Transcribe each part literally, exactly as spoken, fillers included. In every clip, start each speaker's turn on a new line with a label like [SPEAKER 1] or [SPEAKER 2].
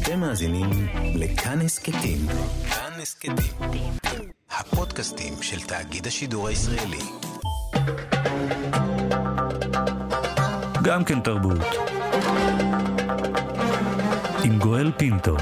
[SPEAKER 1] אתם מאזינים לכאן הסכתים. כאן הסכתים. הפודקאסטים של תאגיד השידור הישראלי. גם כן תרבות. עם גואל פינטו.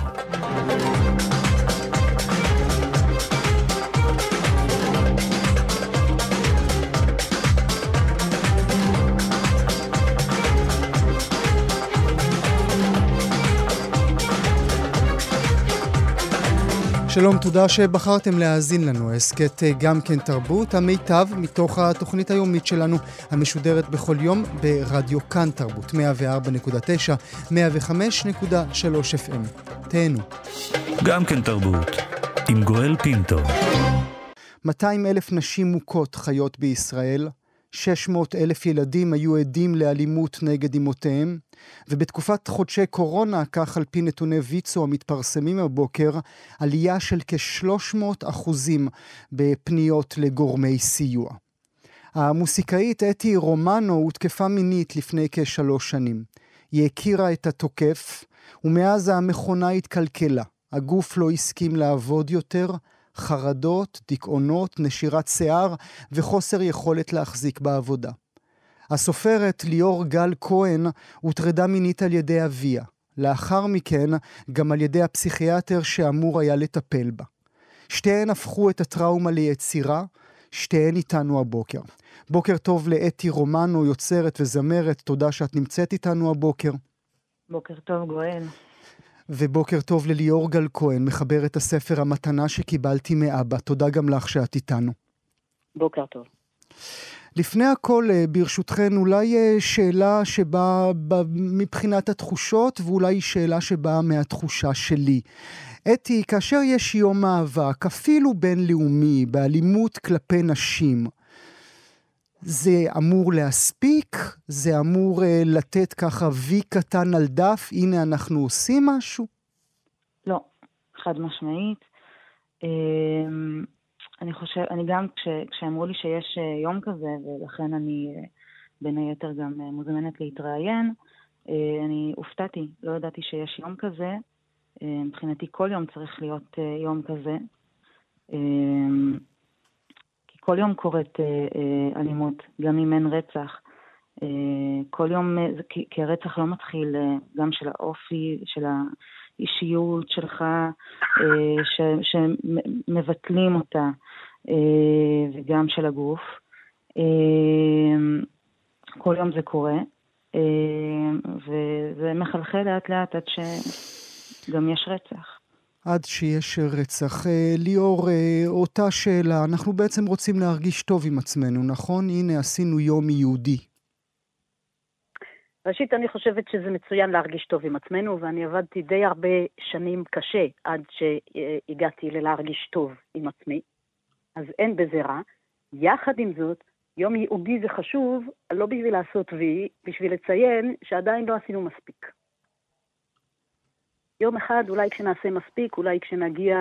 [SPEAKER 2] שלום, תודה שבחרתם להאזין לנו. הסכת גם כן תרבות, המיטב מתוך התוכנית היומית שלנו, המשודרת בכל יום ברדיו כאן תרבות, מאה וארבע נקודה תשע, מאה וחמש נקודה שלוש אף אם. תהנו.
[SPEAKER 1] גם כן תרבות, עם גואל פינטו.
[SPEAKER 2] מאתיים אלף נשים מוכות חיות בישראל, שש מאות אלף ילדים היו עדים לאלימות נגד אמותיהם, ובתקופת חודשי קורונה, כך על פי נתוני ויצו המתפרסמים הבוקר, עלייה של כ-שלוש מאות אחוזים בפניות לגורמי סיוע. המוסיקאית אתי רומנו הותקפה מינית לפני כשלוש שנים. היא הכירה את התוקף, ומאז המכונה התקלקלה. הגוף לא הסכים לעבוד יותר, חרדות, דיכאונות, נשירת שיער וחוסר יכולת להחזיק בעבודה. הסופרת ליאור גל כהן הוטרדה מינית על ידי אביה. לאחר מכן גם על ידי הפסיכיאטר שאמור היה לטפל בה. שתיהן הפכו את הטראומה ליצירה, שתיהן איתנו הבוקר. בוקר טוב לאתי רומנו, יוצרת וזמרת, תודה שאת נמצאת איתנו הבוקר.
[SPEAKER 3] בוקר טוב גואל.
[SPEAKER 2] ובוקר טוב לליאור גל כהן, מחבר את הספר המתנה שקיבלתי מאבא. תודה גם לך שאת איתנו.
[SPEAKER 3] בוקר טוב.
[SPEAKER 2] לפני הכל, ברשותכן, אולי שאלה שבאה מבחינת התחושות, ואולי שאלה שבאה מהתחושה שלי. אתי, כאשר יש יום מאבק, אפילו בינלאומי, באלימות כלפי נשים, זה אמור להספיק? זה אמור uh, לתת ככה וי קטן על דף? הנה אנחנו עושים משהו?
[SPEAKER 3] לא, חד משמעית. Uh, אני חושב, אני גם כש, כשאמרו לי שיש uh, יום כזה, ולכן אני uh, בין היתר גם uh, מוזמנת להתראיין, uh, אני הופתעתי, לא ידעתי שיש יום כזה. Uh, מבחינתי כל יום צריך להיות uh, יום כזה. Uh, כל יום קורית אה, אה, אלימות, גם אם אין רצח. אה, כל יום, אה, כי, כי הרצח לא מתחיל אה, גם של האופי, של האישיות שלך, אה, ש, שמבטלים אותה, אה, וגם של הגוף. אה, כל יום זה קורה, אה, וזה מחלחל לאט לאט עד שגם יש רצח.
[SPEAKER 2] עד שיש רצח. ליאור, אותה שאלה, אנחנו בעצם רוצים להרגיש טוב עם עצמנו, נכון? הנה, עשינו יום יהודי.
[SPEAKER 4] ראשית, אני חושבת שזה מצוין להרגיש טוב עם עצמנו, ואני עבדתי די הרבה שנים קשה עד שהגעתי ללהרגיש טוב עם עצמי, אז אין בזה רע. יחד עם זאת, יום יהודי זה חשוב, לא בשביל לעשות וי, בשביל לציין שעדיין לא עשינו מספיק. יום אחד, אולי כשנעשה מספיק, אולי כשנגיע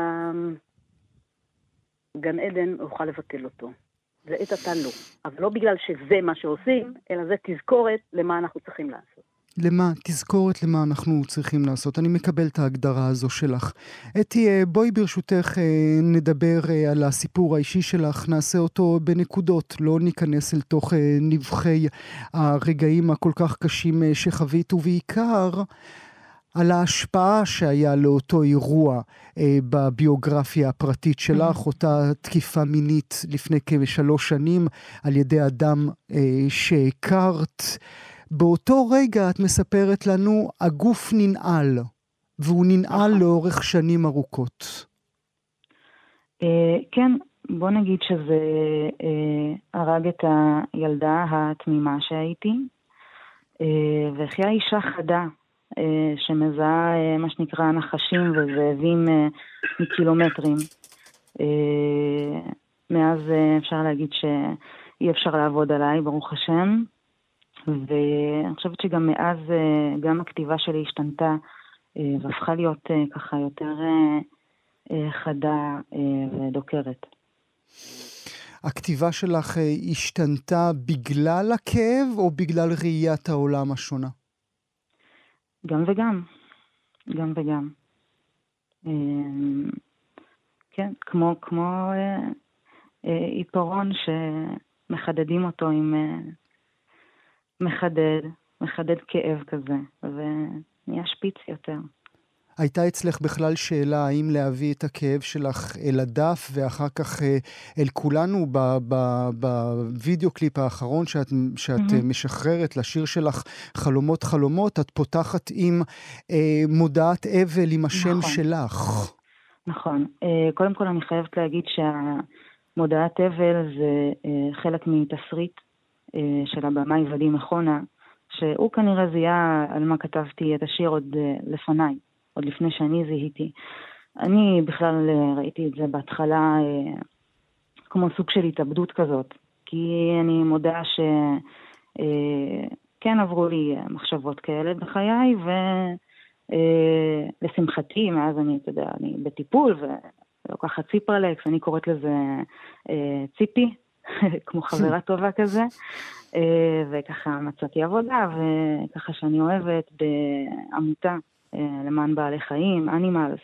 [SPEAKER 4] לגן עדן, אוכל לבטל אותו. זה עת עתה לא. אבל לא בגלל שזה מה שעושים, אלא זה תזכורת למה אנחנו צריכים לעשות.
[SPEAKER 2] למה? תזכורת למה אנחנו צריכים לעשות. אני מקבל את ההגדרה הזו שלך. אתי, בואי ברשותך נדבר על הסיפור האישי שלך, נעשה אותו בנקודות, לא ניכנס אל תוך נבחי הרגעים הכל כך קשים שחווית, ובעיקר על ההשפעה שהיה לאותו אירוע אה, בביוגרפיה הפרטית שלך, mm-hmm. אותה תקיפה מינית לפני כשלוש שנים על ידי אדם אה, שהכרת. באותו רגע את מספרת לנו, הגוף ננעל, והוא ננעל mm-hmm. לאורך שנים ארוכות.
[SPEAKER 3] אה, כן, בוא נגיד שזה אה, הרג את הילדה התמימה שהייתי, אה, והחיה אישה חדה, שמזהה מה שנקרא נחשים וזאבים מקילומטרים. מאז אפשר להגיד שאי אפשר לעבוד עליי, ברוך השם. ואני חושבת שגם מאז גם הכתיבה שלי השתנתה והפכה להיות ככה יותר חדה ודוקרת.
[SPEAKER 2] הכתיבה שלך השתנתה בגלל הכאב או בגלל ראיית העולם השונה?
[SPEAKER 3] גם וגם. גם וגם. כן, כמו, כמו עיפרון שמחדדים אותו עם מחדד, מחדד כאב כזה, ונהיה שפיץ יותר.
[SPEAKER 2] הייתה אצלך בכלל שאלה האם להביא את הכאב שלך אל הדף ואחר כך אל כולנו בווידאו קליפ האחרון שאת, שאת mm-hmm. משחררת לשיר שלך חלומות חלומות, את פותחת עם אה, מודעת אבל עם השם נכון. שלך.
[SPEAKER 3] נכון. אה, קודם כל אני חייבת להגיד שהמודעת אבל זה אה, חלק מתסריט אה, של הבמאי ודים מכונה, שהוא כנראה זיהה על מה כתבתי את השיר עוד אה, לפניי. עוד לפני שאני זיהיתי. אני בכלל ראיתי את זה בהתחלה כמו סוג של התאבדות כזאת, כי אני מודה שכן עברו לי מחשבות כאלה בחיי, ולשמחתי, מאז אני, אתה יודע, אני בטיפול ולוקחת ציפרלקס, אני קוראת לזה ציפי, כמו חברה טובה כזה, וככה מצאתי עבודה, וככה שאני אוהבת בעמותה, למען בעלי חיים, אנימלס,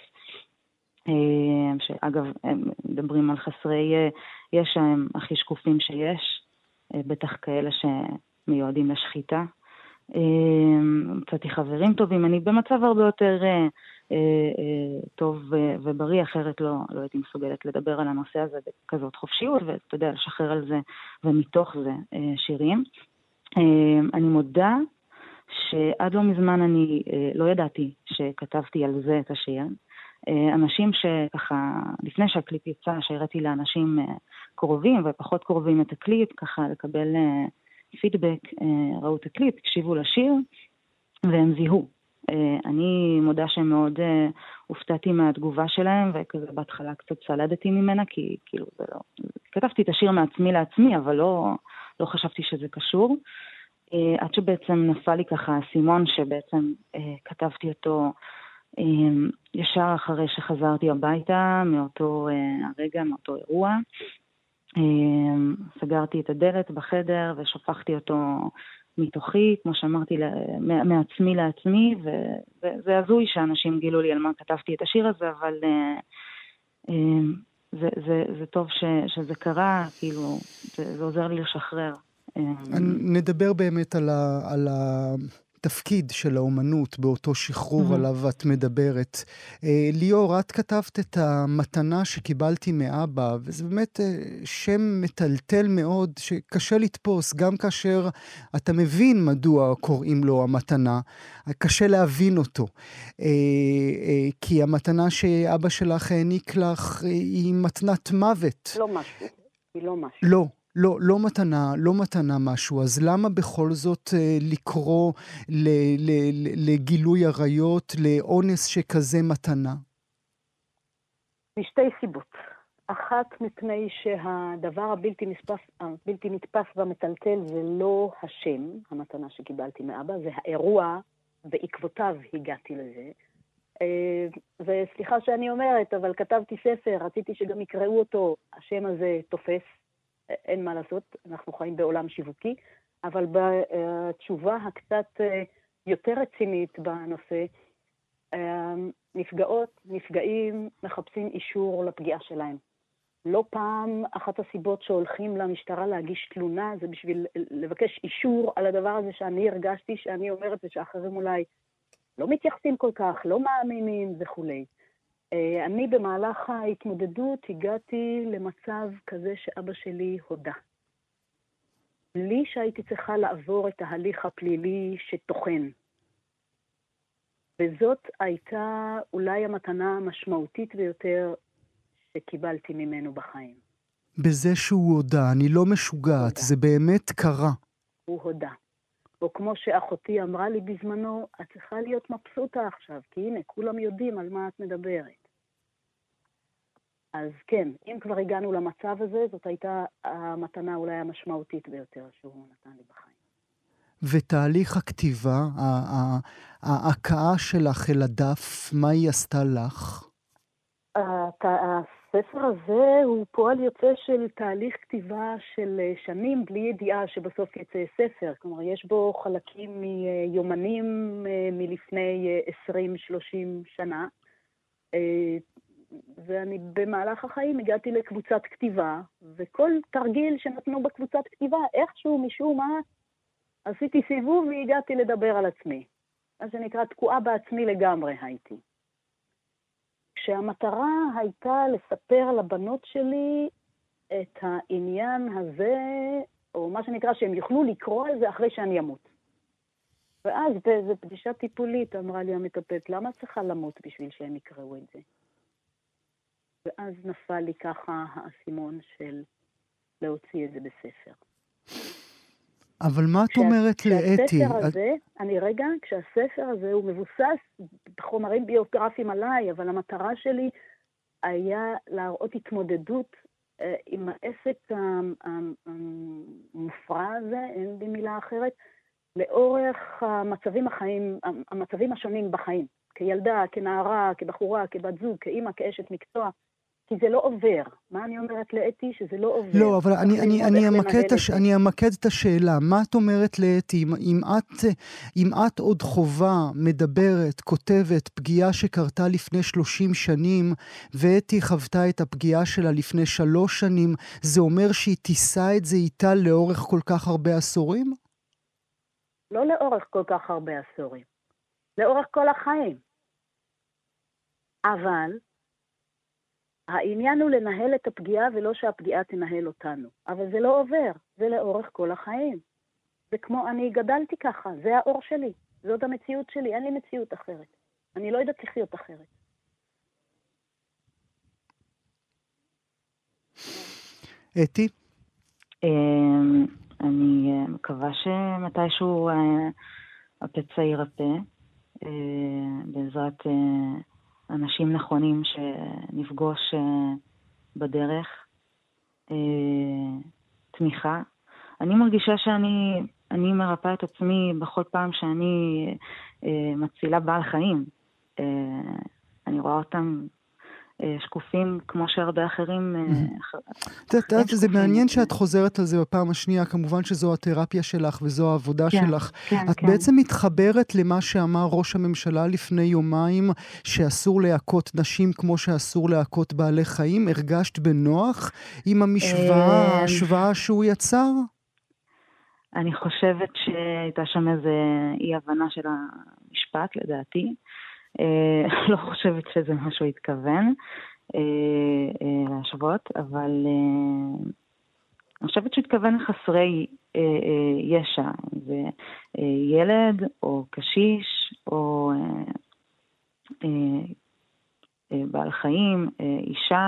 [SPEAKER 3] שאגב, הם מדברים על חסרי ישע, הם הכי שקופים שיש, בטח כאלה שמיועדים לשחיטה. מצאתי חברים טובים, אני במצב הרבה יותר טוב ובריא, אחרת לא, לא הייתי מסוגלת לדבר על הנושא הזה בכזאת חופשיות, ואתה יודע, לשחרר על זה, ומתוך זה שירים. אני מודה, שעד לא מזמן אני אה, לא ידעתי שכתבתי על זה את השיר. אה, אנשים שככה, לפני שהקליפ יצא, שהראיתי לאנשים אה, קרובים ופחות קרובים את הקליפ, ככה לקבל אה, פידבק, אה, ראו את הקליפ, הקשיבו לשיר, והם זיהו. אה, אני מודה שמאוד אה, הופתעתי מהתגובה שלהם, וכזה בהתחלה קצת סלדתי ממנה, כי כאילו זה לא... כתבתי את השיר מעצמי לעצמי, אבל לא, לא חשבתי שזה קשור. עד שבעצם נפל לי ככה סימון שבעצם אה, כתבתי אותו אה, ישר אחרי שחזרתי הביתה מאותו אה, הרגע, מאותו אירוע. אה, סגרתי את הדלת בחדר ושפכתי אותו מתוכי, כמו שאמרתי, מעצמי לעצמי, וזה הזוי שאנשים גילו לי על מה כתבתי את השיר הזה, אבל אה, אה, זה, זה, זה טוב ש, שזה קרה, כאילו, זה, זה עוזר לי לשחרר.
[SPEAKER 2] נדבר באמת על, ה, על התפקיד של האומנות באותו שחרור mm-hmm. עליו את מדברת. ליאור, את כתבת את המתנה שקיבלתי מאבא, וזה באמת שם מטלטל מאוד, שקשה לתפוס, גם כאשר אתה מבין מדוע קוראים לו המתנה, קשה להבין אותו. כי המתנה שאבא שלך העניק לך היא מתנת מוות.
[SPEAKER 4] לא משהו, היא לא משהו.
[SPEAKER 2] לא. לא, לא מתנה, לא מתנה משהו, אז למה בכל זאת אה, לקרוא ל, ל, ל, לגילוי עריות, לאונס שכזה מתנה?
[SPEAKER 4] משתי סיבות. אחת מפני שהדבר הבלתי נתפס, הבלתי נתפס והמטלטל זה לא השם, המתנה שקיבלתי מאבא, זה האירוע, בעקבותיו הגעתי לזה. אה, וסליחה שאני אומרת, אבל כתבתי ספר, רציתי שגם יקראו אותו, השם הזה תופס, אין מה לעשות, אנחנו חיים בעולם שיווקי, אבל בתשובה הקצת יותר רצינית בנושא, נפגעות, נפגעים, מחפשים אישור לפגיעה שלהם. לא פעם אחת הסיבות שהולכים למשטרה להגיש תלונה, זה בשביל לבקש אישור על הדבר הזה שאני הרגשתי, שאני אומרת ושאחרים אולי לא מתייחסים כל כך, לא מאמינים וכולי. אני במהלך ההתמודדות הגעתי למצב כזה שאבא שלי הודה. בלי שהייתי צריכה לעבור את ההליך הפלילי שתוכן. וזאת הייתה אולי המתנה המשמעותית ביותר שקיבלתי ממנו בחיים.
[SPEAKER 2] בזה שהוא הודה, אני לא משוגעת, הודה. זה באמת קרה.
[SPEAKER 4] הוא הודה. או כמו שאחותי אמרה לי בזמנו, את צריכה להיות מבסוטה עכשיו, כי הנה, כולם יודעים על מה את מדברת. אז כן, אם כבר הגענו למצב הזה, זאת הייתה המתנה אולי המשמעותית ביותר שהוא נתן לי בחיים.
[SPEAKER 2] ותהליך הכתיבה, ההקאה שלך אל הדף, מה היא עשתה לך?
[SPEAKER 4] הספר הזה הוא פועל יוצא של תהליך כתיבה של שנים בלי ידיעה שבסוף יצא ספר. כלומר, יש בו חלקים מיומנים מלפני עשרים שלושים שנה. ואני במהלך החיים הגעתי לקבוצת כתיבה, וכל תרגיל שנתנו בקבוצת כתיבה, איכשהו משום מה, עשיתי סיבוב והגעתי לדבר על עצמי. אז זה נקרא תקועה בעצמי לגמרי הייתי. כשהמטרה הייתה לספר לבנות שלי את העניין הזה, או מה שנקרא שהם יוכלו לקרוא על זה אחרי שאני אמות. ואז באיזו פגישה טיפולית אמרה לי המטפלת, למה צריכה למות בשביל שהם יקראו את זה? ואז נפל לי ככה האסימון של להוציא את זה בספר.
[SPEAKER 2] אבל מה את אומרת לאתי?
[SPEAKER 4] כשהספר הזה, אני רגע, כשהספר הזה הוא מבוסס בחומרים ביוגרפיים עליי, אבל המטרה שלי היה להראות התמודדות אה, עם העסק המופרע הזה, אין לי מילה אחרת, לאורך המצבים החיים, המצבים השונים בחיים. כילדה, כנערה, כבחורה, כבת זוג, כאמא, כאשת מקצוע. כי זה לא עובר. מה אני אומרת לאתי? שזה לא עובר.
[SPEAKER 2] לא, אבל אני, אני, אני, אמקד הש... אני אמקד את השאלה. מה את אומרת לאתי? אם, אם, את, אם את עוד חובה, מדברת, כותבת, פגיעה שקרתה לפני שלושים שנים, ואתי חוותה את הפגיעה שלה לפני שלוש שנים, זה אומר שהיא תישא את זה איתה לאורך כל כך הרבה עשורים?
[SPEAKER 4] לא לאורך כל כך הרבה עשורים. לאורך כל החיים. אבל העניין הוא לנהל את הפגיעה ולא שהפגיעה תנהל אותנו. אבל זה לא עובר, זה לאורך כל החיים. זה כמו אני גדלתי ככה, זה האור שלי, זאת המציאות שלי, אין לי מציאות אחרת. אני לא יודעת לחיות אחרת.
[SPEAKER 2] אתי?
[SPEAKER 3] אני מקווה שמתישהו הפצע יירפא, בעזרת אנשים נכונים שנפגוש בדרך, תמיכה. אני מרגישה שאני אני מרפא את עצמי בכל פעם שאני מצילה בעל חיים. אני רואה אותם שקופים כמו שהרבה אחרים.
[SPEAKER 2] זה מעניין שאת חוזרת על זה בפעם השנייה, כמובן שזו התרפיה שלך וזו העבודה שלך. את בעצם מתחברת למה שאמר ראש הממשלה לפני יומיים, שאסור להכות נשים כמו שאסור להכות בעלי חיים. הרגשת בנוח עם המשוואה, ההשוואה שהוא יצר?
[SPEAKER 3] אני חושבת שהייתה שם איזו אי הבנה של המשפט, לדעתי. לא חושבת שזה משהו התכוון להשוות, אבל אני חושבת שהוא התכוון לחסרי ישע, זה ילד או קשיש או בעל חיים, אישה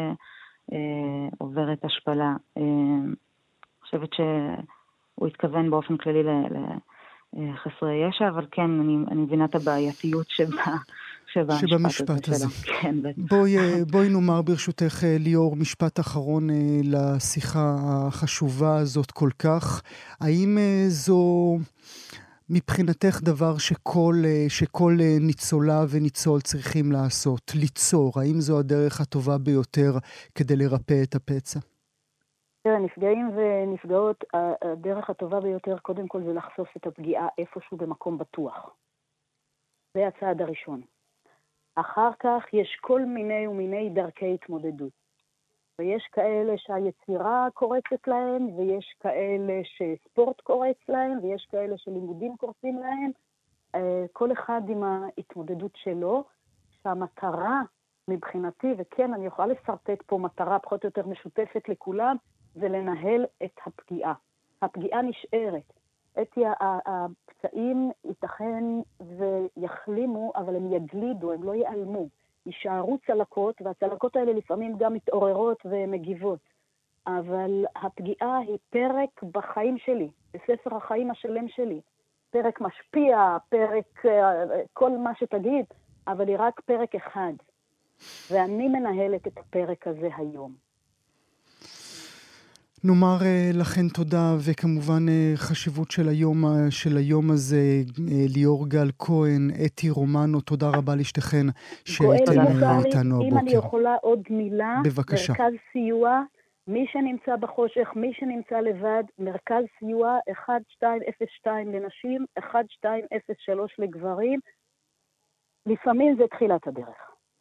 [SPEAKER 3] שעוברת השפלה. אני חושבת שהוא התכוון באופן כללי ל... חסרי ישע, אבל כן, אני, אני מבינה את הבעייתיות שבה, שבה
[SPEAKER 2] שבמשפט הזה.
[SPEAKER 3] כן,
[SPEAKER 2] בואי, בואי נאמר ברשותך, ליאור, משפט אחרון לשיחה החשובה הזאת כל כך. האם זו מבחינתך דבר שכל, שכל ניצולה וניצול צריכים לעשות, ליצור? האם זו הדרך הטובה ביותר כדי לרפא את הפצע?
[SPEAKER 4] נפגעים ונפגעות, הדרך הטובה ביותר קודם כל זה לחשוף את הפגיעה איפשהו במקום בטוח. זה הצעד הראשון. אחר כך יש כל מיני ומיני דרכי התמודדות. ויש כאלה שהיצירה קורצת להם, ויש כאלה שספורט קורץ להם, ויש כאלה שלימודים קורצים להם. כל אחד עם ההתמודדות שלו, שהמטרה מבחינתי, וכן אני יכולה לסרטט פה מטרה פחות או יותר משותפת לכולם, זה לנהל את הפגיעה. הפגיעה נשארת. אתי הפצעים ייתכן ויחלימו, אבל הם יגלידו, הם לא ייעלמו. יישארו צלקות, והצלקות האלה לפעמים גם מתעוררות ומגיבות. אבל הפגיעה היא פרק בחיים שלי, בספר החיים השלם שלי. פרק משפיע, פרק, כל מה שתגיד, אבל היא רק פרק אחד. ואני מנהלת את הפרק הזה היום.
[SPEAKER 2] נאמר לכן תודה, וכמובן חשיבות של היום, של היום הזה, ליאור גל כהן, אתי רומנו, תודה רבה לשתיכן שהייתן איתנו הבוקר.
[SPEAKER 4] אם אני יכולה עוד מילה,
[SPEAKER 2] בבקשה.
[SPEAKER 4] מרכז סיוע, מי שנמצא בחושך, מי שנמצא לבד, מרכז סיוע אחת שתיים אפס שתיים לנשים, אחת שתיים אפס שלוש לגברים, לפעמים זה תחילת הדרך.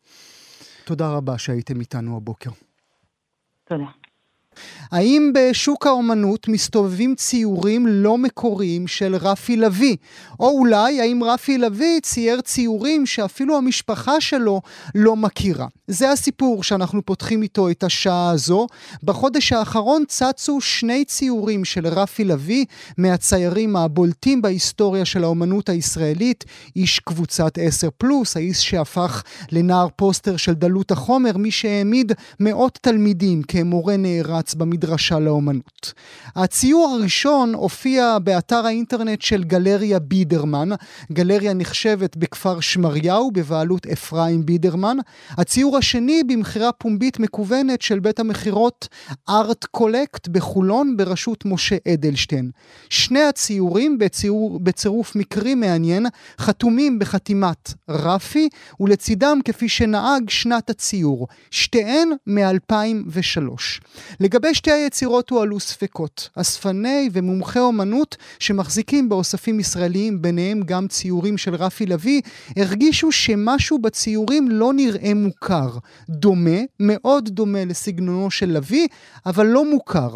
[SPEAKER 2] תודה רבה שהייתם איתנו הבוקר.
[SPEAKER 3] תודה.
[SPEAKER 2] האם בשוק האומנות מסתובבים ציורים לא מקוריים של רפי לוי? או אולי האם רפי לוי צייר ציורים שאפילו המשפחה שלו לא מכירה? זה הסיפור שאנחנו פותחים איתו את השעה הזו. בחודש האחרון צצו שני ציורים של רפי לוי, מהציירים הבולטים בהיסטוריה של האומנות הישראלית, איש קבוצת עשר פלוס, האיש שהפך לנער פוסטר של דלות החומר, מי שהעמיד מאות תלמידים כמורה נערץ במדרשה לאומנות. הציור הראשון הופיע באתר האינטרנט של גלריה בידרמן, גלריה נחשבת בכפר שמריהו בבעלות אפרים בידרמן. הציור השני במחירה פומבית מקוונת של בית המחירות ארט קולקט בחולון בראשות משה אדלשטיין. שני הציורים בציור, בצירוף מקרי מעניין, חתומים בחתימת רפי, ולצידם כפי שנהג שנת הציור, שתיהן מ-אלפיים ושלוש. לגבי שתי היצירות הועלו ספקות. אספני ומומחי אומנות שמחזיקים באוספים ישראליים, ביניהם גם ציורים של רפי לוי, הרגישו שמשהו בציורים לא נראה מוכר. דומה, מאוד דומה לסגנונו של לוי, אבל לא מוכר.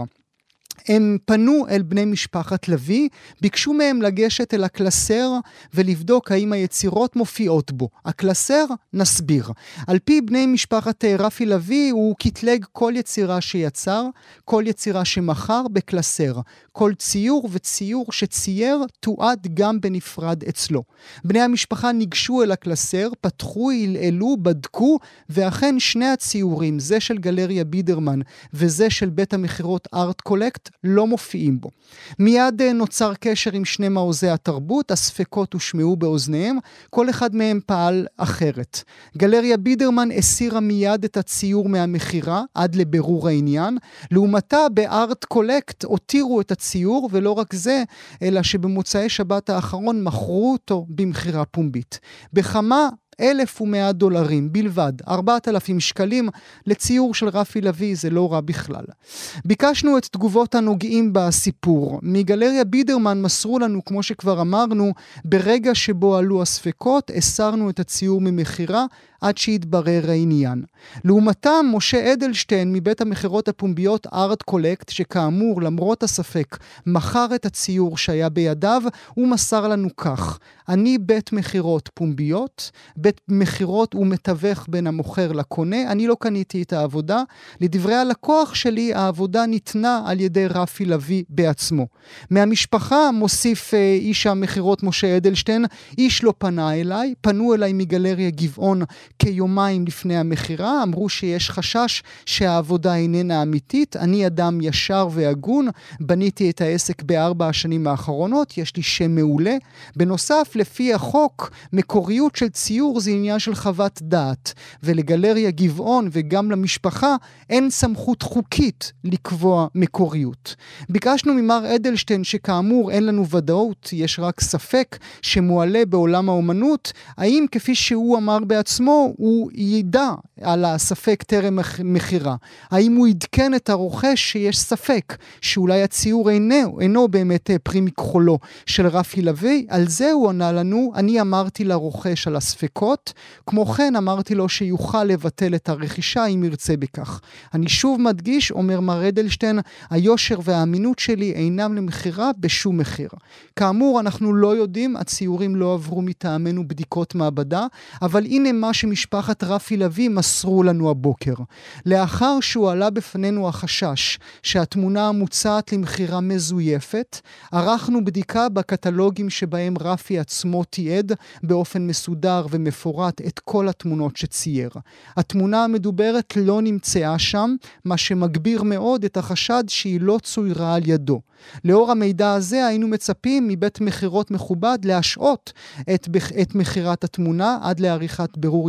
[SPEAKER 2] הם פנו אל בני משפחת לוי, ביקשו מהם לגשת אל הקלסר ולבדוק האם היצירות מופיעות בו. הקלסר נסביר. על פי בני משפחת רפי לוי הוא קטלג כל יצירה שיצר, כל יצירה שמכר בקלסר. כל ציור וציור שצייר תועד גם בנפרד אצלו. בני המשפחה ניגשו אל הקלסר, פתחו, הלעלו, בדקו, ואכן שני הציורים, זה של גלריה בידרמן וזה של בית המחירות ארט קולקט, לא מופיעים בו. מיד נוצר קשר עם שני מעוזי התרבות, הספקות הושמעו באוזניהם, כל אחד מהם פעל אחרת. גלריה בידרמן הסירה מיד את הציור מהמחירה, עד לבירור העניין. לעומתה בארט קולקט הותירו את הציור, ולא רק זה, אלא שבמוצאי שבת האחרון מכרו אותו במחירה פומבית. בכמה אלף ומאה דולרים בלבד, ארבעת אלפים שקלים, לציור של רפי לוי, זה לא רע בכלל. ביקשנו את תגובות הנוגעים בסיפור. מגלריה בידרמן מסרו לנו, כמו שכבר אמרנו, ברגע שבו עלו הספקות, הסרנו את הציור ממחירה, עד שהתברר העניין. לעומתם, משה אדלשטיין מבית המחירות הפומביות ארט קולקט, שכאמור, למרות הספק, מכר את הציור שהיה בידיו, הוא מסר לנו כך: אני בית מחירות פומביות, בית מחירות הוא מתווך בין המוכר לקונה, אני לא קניתי את העבודה, לדברי הלקוח שלי העבודה ניתנה על ידי רפי לוי בעצמו. מהמשפחה מוסיף אה, איש המחירות משה אדלשטיין, איש לא פנה אליי, פנו אליי מגלריה גבעון כיומיים לפני המחירה, אמרו שיש חשש שהעבודה איננה אמיתית, אני אדם ישר והגון, בניתי את העסק בארבע השנים האחרונות, יש לי שם מעולה. בנוסף, לפי החוק, מקוריות של ציור זה עניין של חוות דעת, ולגלריה גבעון וגם למשפחה אין סמכות חוקית לקבוע מקוריות. ביקשנו ממר אדלשטיין שכאמור אין לנו ודאות, יש רק ספק שמועלה בעולם האומנות, האם כפי שהוא אמר בעצמו, הוא ידע על הספק טרם מחירה. האם הוא ידכן את הרוכש שיש ספק שאולי הציור אינו, אינו באמת פרי מכחולו של רפי לוי? על זה הוא ענה לנו, אני אמרתי לרוכש על הספקות, כמו כן אמרתי לו שיוכל לבטל את הרכישה אם ירצה בכך. אני שוב מדגיש, אומר מר אדלשטיין, היושר והאמינות שלי אינם למחירה בשום מחיר. כאמור, אנחנו לא יודעים, הציורים לא עברו מטעמנו בדיקות מעבדה, אבל הנה מה שמשפחת רפי לוי מסרו לנו הבוקר. לאחר שהוא עלה בפנינו החשש שהתמונה המוצעת למחירה מזויפת, ערכנו בדיקה בקטלוגים שבהם רפי עצמו תיעד באופן מסודר ומפורט את כל התמונות שצייר. התמונה המדוברת לא נמצאה שם, מה שמגביר מאוד את החשד שהיא לא צוירה על ידו. לאור המידע הזה היינו מצפים מבית מחירות מכובד להשעות את, את מחירת התמונה עד לעריכת בירור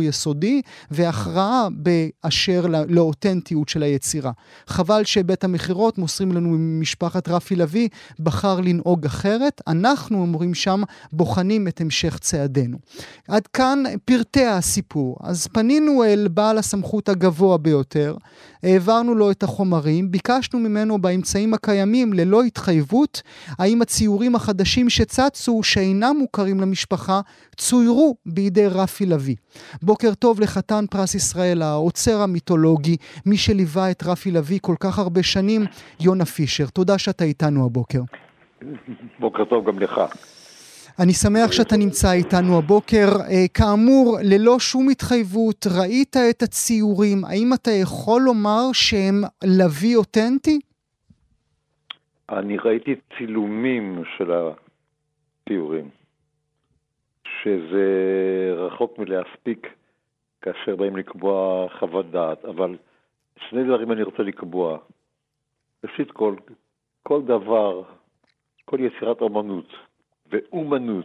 [SPEAKER 2] יסודי, והכרעה באשר לאותנטיות של היצירה. חבל שבית המחירות, מוסרים לנו ממשפחת רפי לוי, בחר לנהוג אחרת. אנחנו אומרים שם, בוחנים את המשך צעדינו. עד כאן פרטי הסיפור. אז פנינו אל בעל הסמכות הגבוה ביותר, העברנו לו את החומרים, ביקשנו ממנו באמצעים הקיימים ללא התחייבות, האם הציורים החדשים שצצו שאינם מוכרים למשפחה, צוירו בידי רפי לוי. בוקר טוב לחתן פרס ישראל, האוצר המיתולוגי, מי שליווה את רפי לוי כל כך הרבה שנים, יונה פישר. תודה שאתה איתנו הבוקר.
[SPEAKER 5] בוקר טוב גם לך.
[SPEAKER 2] אני שמח שאתה נמצא איתנו הבוקר. כאמור, ללא שום התחייבות, ראית את הציורים. האם אתה יכול לומר שהם לוי אותנטי?
[SPEAKER 5] אני ראיתי צילומים של הציורים, שזה רחוק מלהספיק כאשר באים לקבוע חוות דעת, אבל שני דברים אני רוצה לקבוע. ראשית כל, כל דבר, כל יצירת אומנות ואומנות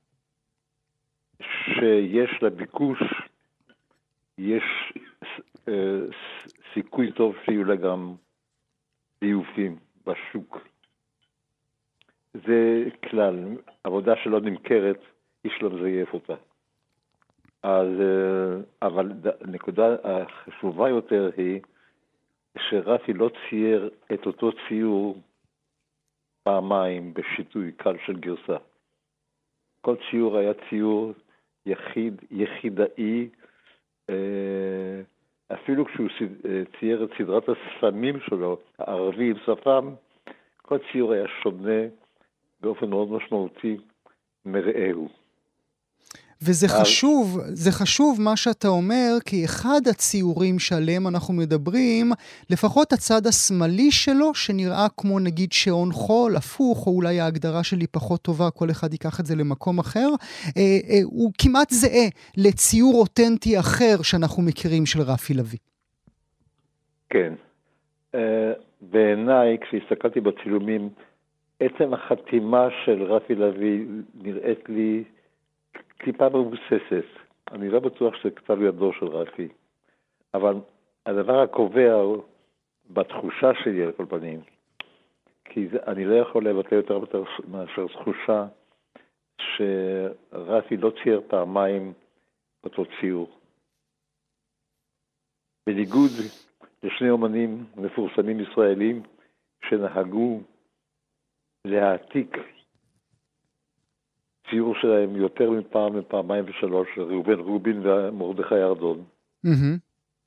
[SPEAKER 5] שיש לה ביקוש, יש אה, סיכוי טוב שיהיו לה גם זיופים בשוק. זה כלל, עבודה שלא נמכרת, איש לא מזייף אותה. אז, אבל הנקודה החשובה יותר היא שרפי לא צייר את אותו ציור פעמיים בשיטוי קל של גרסה. כל ציור היה ציור יחיד, יחידאי, אפילו כשהוא צייר את סדרת הספמים שלו, הערבי עם שפם, כל ציור היה שונה באופן מאוד משמעותי מרעהו.
[SPEAKER 2] וזה חשוב, זה חשוב מה שאתה אומר, כי אחד הציורים שעליהם אנחנו מדברים, לפחות הצד השמאלי שלו, שנראה כמו נגיד שעון חול, הפוך, או אולי ההגדרה שלי פחות טובה, כל אחד ייקח את זה למקום אחר, אה, אה, הוא כמעט זהה לציור אותנטי אחר שאנחנו מכירים של רפי לוי.
[SPEAKER 5] כן. אה, בעיניי, כשהסתכלתי בצילומים, עצם החתימה של רפי לוי נראית לי טיפה מבוססת. אני לא בטוח שזה כתב ידו של רפי. אבל הדבר הקובע הוא בתחושה שלי על כל פנים, כי זה, אני לא יכול לבטא יותר מאשר תחושה שרפי לא צייר פעמיים אותו ציור. בניגוד לשני אומנים מפורסמים ישראלים שנהגו להעתיק ציור שלהם יותר מפעם, מפעמיים ושלוש, ראובן רובין ומרדכי ארדון, mm-hmm.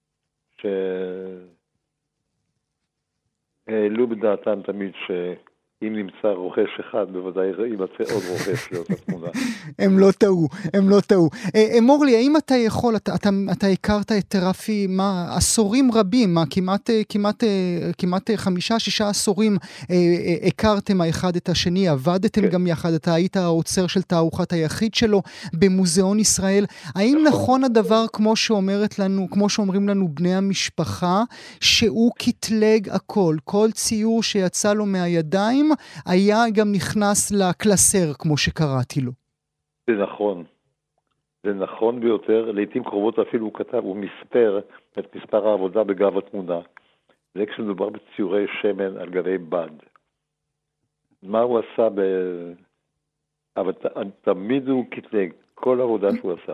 [SPEAKER 5] שהעלו בדעתם תמיד שאם נמצא רוכש אחד, בוודאי יימצא עוד רוכש לאותה תמונה.
[SPEAKER 2] הם לא טעו, הם לא טעו. אמור לי, האם אתה יכול, אתה, אתה, אתה הכרת את רפי, מה, עשורים רבים, מה, כמעט, כמעט, כמעט חמישה, שישה עשורים הכרתם האחד את השני, עבדתם גם יחד, אתה היית האוצר של תערוכת היחיד שלו במוזיאון ישראל. האם נכון הדבר, כמו שאומרת לנו, כמו שאומרים לנו בני המשפחה, שהוא קטלג הכל, כל ציור שיצא לו מהידיים, היה גם נכנס לקלסר, כמו שקראתי לו?
[SPEAKER 5] זה נכון. זה נכון ביותר. לעתים קרובות אפילו הוא כתב, הוא מספר את מספר העבודה בגב התמונה. זה כשמדובר בציורי שמן על גבי בד. מה הוא עשה ב... אבל תמיד הוא קטלג, כל העבודה שהוא עשה.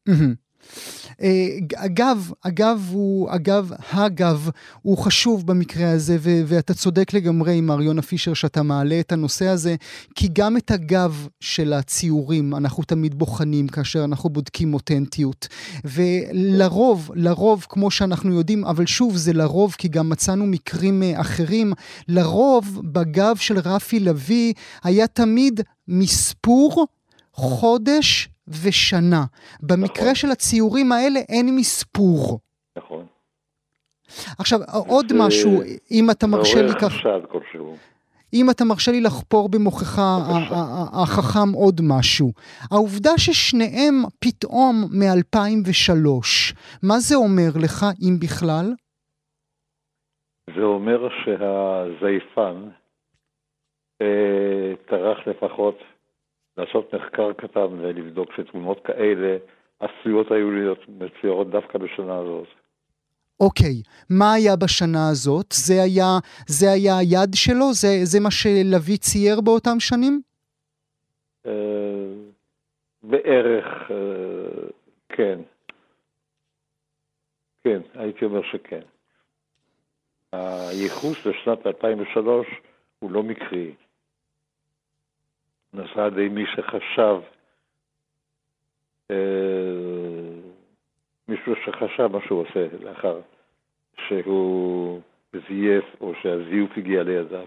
[SPEAKER 2] אגב, אגב הוא, אגב, הגב הוא חשוב במקרה הזה, ו- ואתה צודק לגמרי עם יונה פישר שאתה מעלה את הנושא הזה, כי גם את הגב של הציורים אנחנו תמיד בוחנים כאשר אנחנו בודקים אותנטיות, ולרוב, לרוב כמו שאנחנו יודעים, אבל שוב זה לרוב כי גם מצאנו מקרים אחרים, לרוב בגב של רפי לוי היה תמיד מספור, חודש ושנה. במקרה נכון. של הציורים האלה אין מספור.
[SPEAKER 5] נכון.
[SPEAKER 2] עכשיו, עוד משהו, אם אתה מרשה לי כך... אם אתה מרשה לי לחפור במוחך החכם עוד משהו. העובדה ששניהם פתאום מ-אלפיים ושלוש, מה זה אומר לך, אם בכלל?
[SPEAKER 5] זה אומר שהזייפן אה, טרח לפחות לעשות מחקר קטן ולבדוק שתמונות כאלה עשויות היו להיות מצוירות דווקא בשנה הזאת.
[SPEAKER 2] אוקיי, מה היה בשנה הזאת? זה היה, זה היה היד שלו? זה, זה מה שלוי צייר באותם שנים?
[SPEAKER 5] Uh, בערך, uh, כן. כן, הייתי אומר שכן. הייחוס לשנת אלפיים ושלוש הוא לא מקרי. נעשה על ידי מי שחשב, uh, מישהו שחשב מה שהוא עושה לאחר שהוא זייף או שהזיוף הגיע לידיו.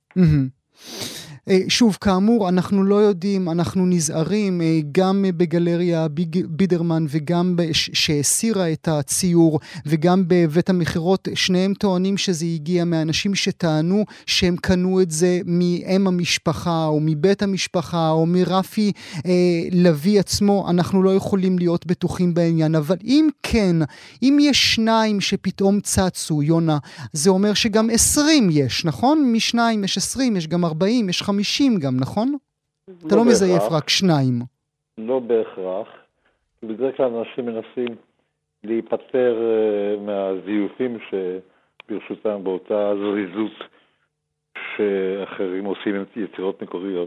[SPEAKER 2] שוב, כאמור, אנחנו לא יודעים, אנחנו נזהרים, גם בגלריה בידרמן וגם שהסירה את הציור וגם בבית המחירות, שניהם טוענים שזה הגיע מאנשים שטענו שהם קנו את זה מאם המשפחה או מבית המשפחה או מרפי אה, לוי עצמו. אנחנו לא יכולים להיות בטוחים בעניין, אבל אם כן, אם יש שניים שפתאום צצו, יונה, זה אומר שגם עשרים יש, נכון? משניים יש עשרים, יש גם ארבעים, יש חמישים גם, נכון? אתה לא מזייף רק שניים.
[SPEAKER 5] לא בהכרח. בדרך כלל אנשים מנסים להיפטר מהזיופים שברשותם באותה זריזות שאחרים עושים עם יצירות מקוריות.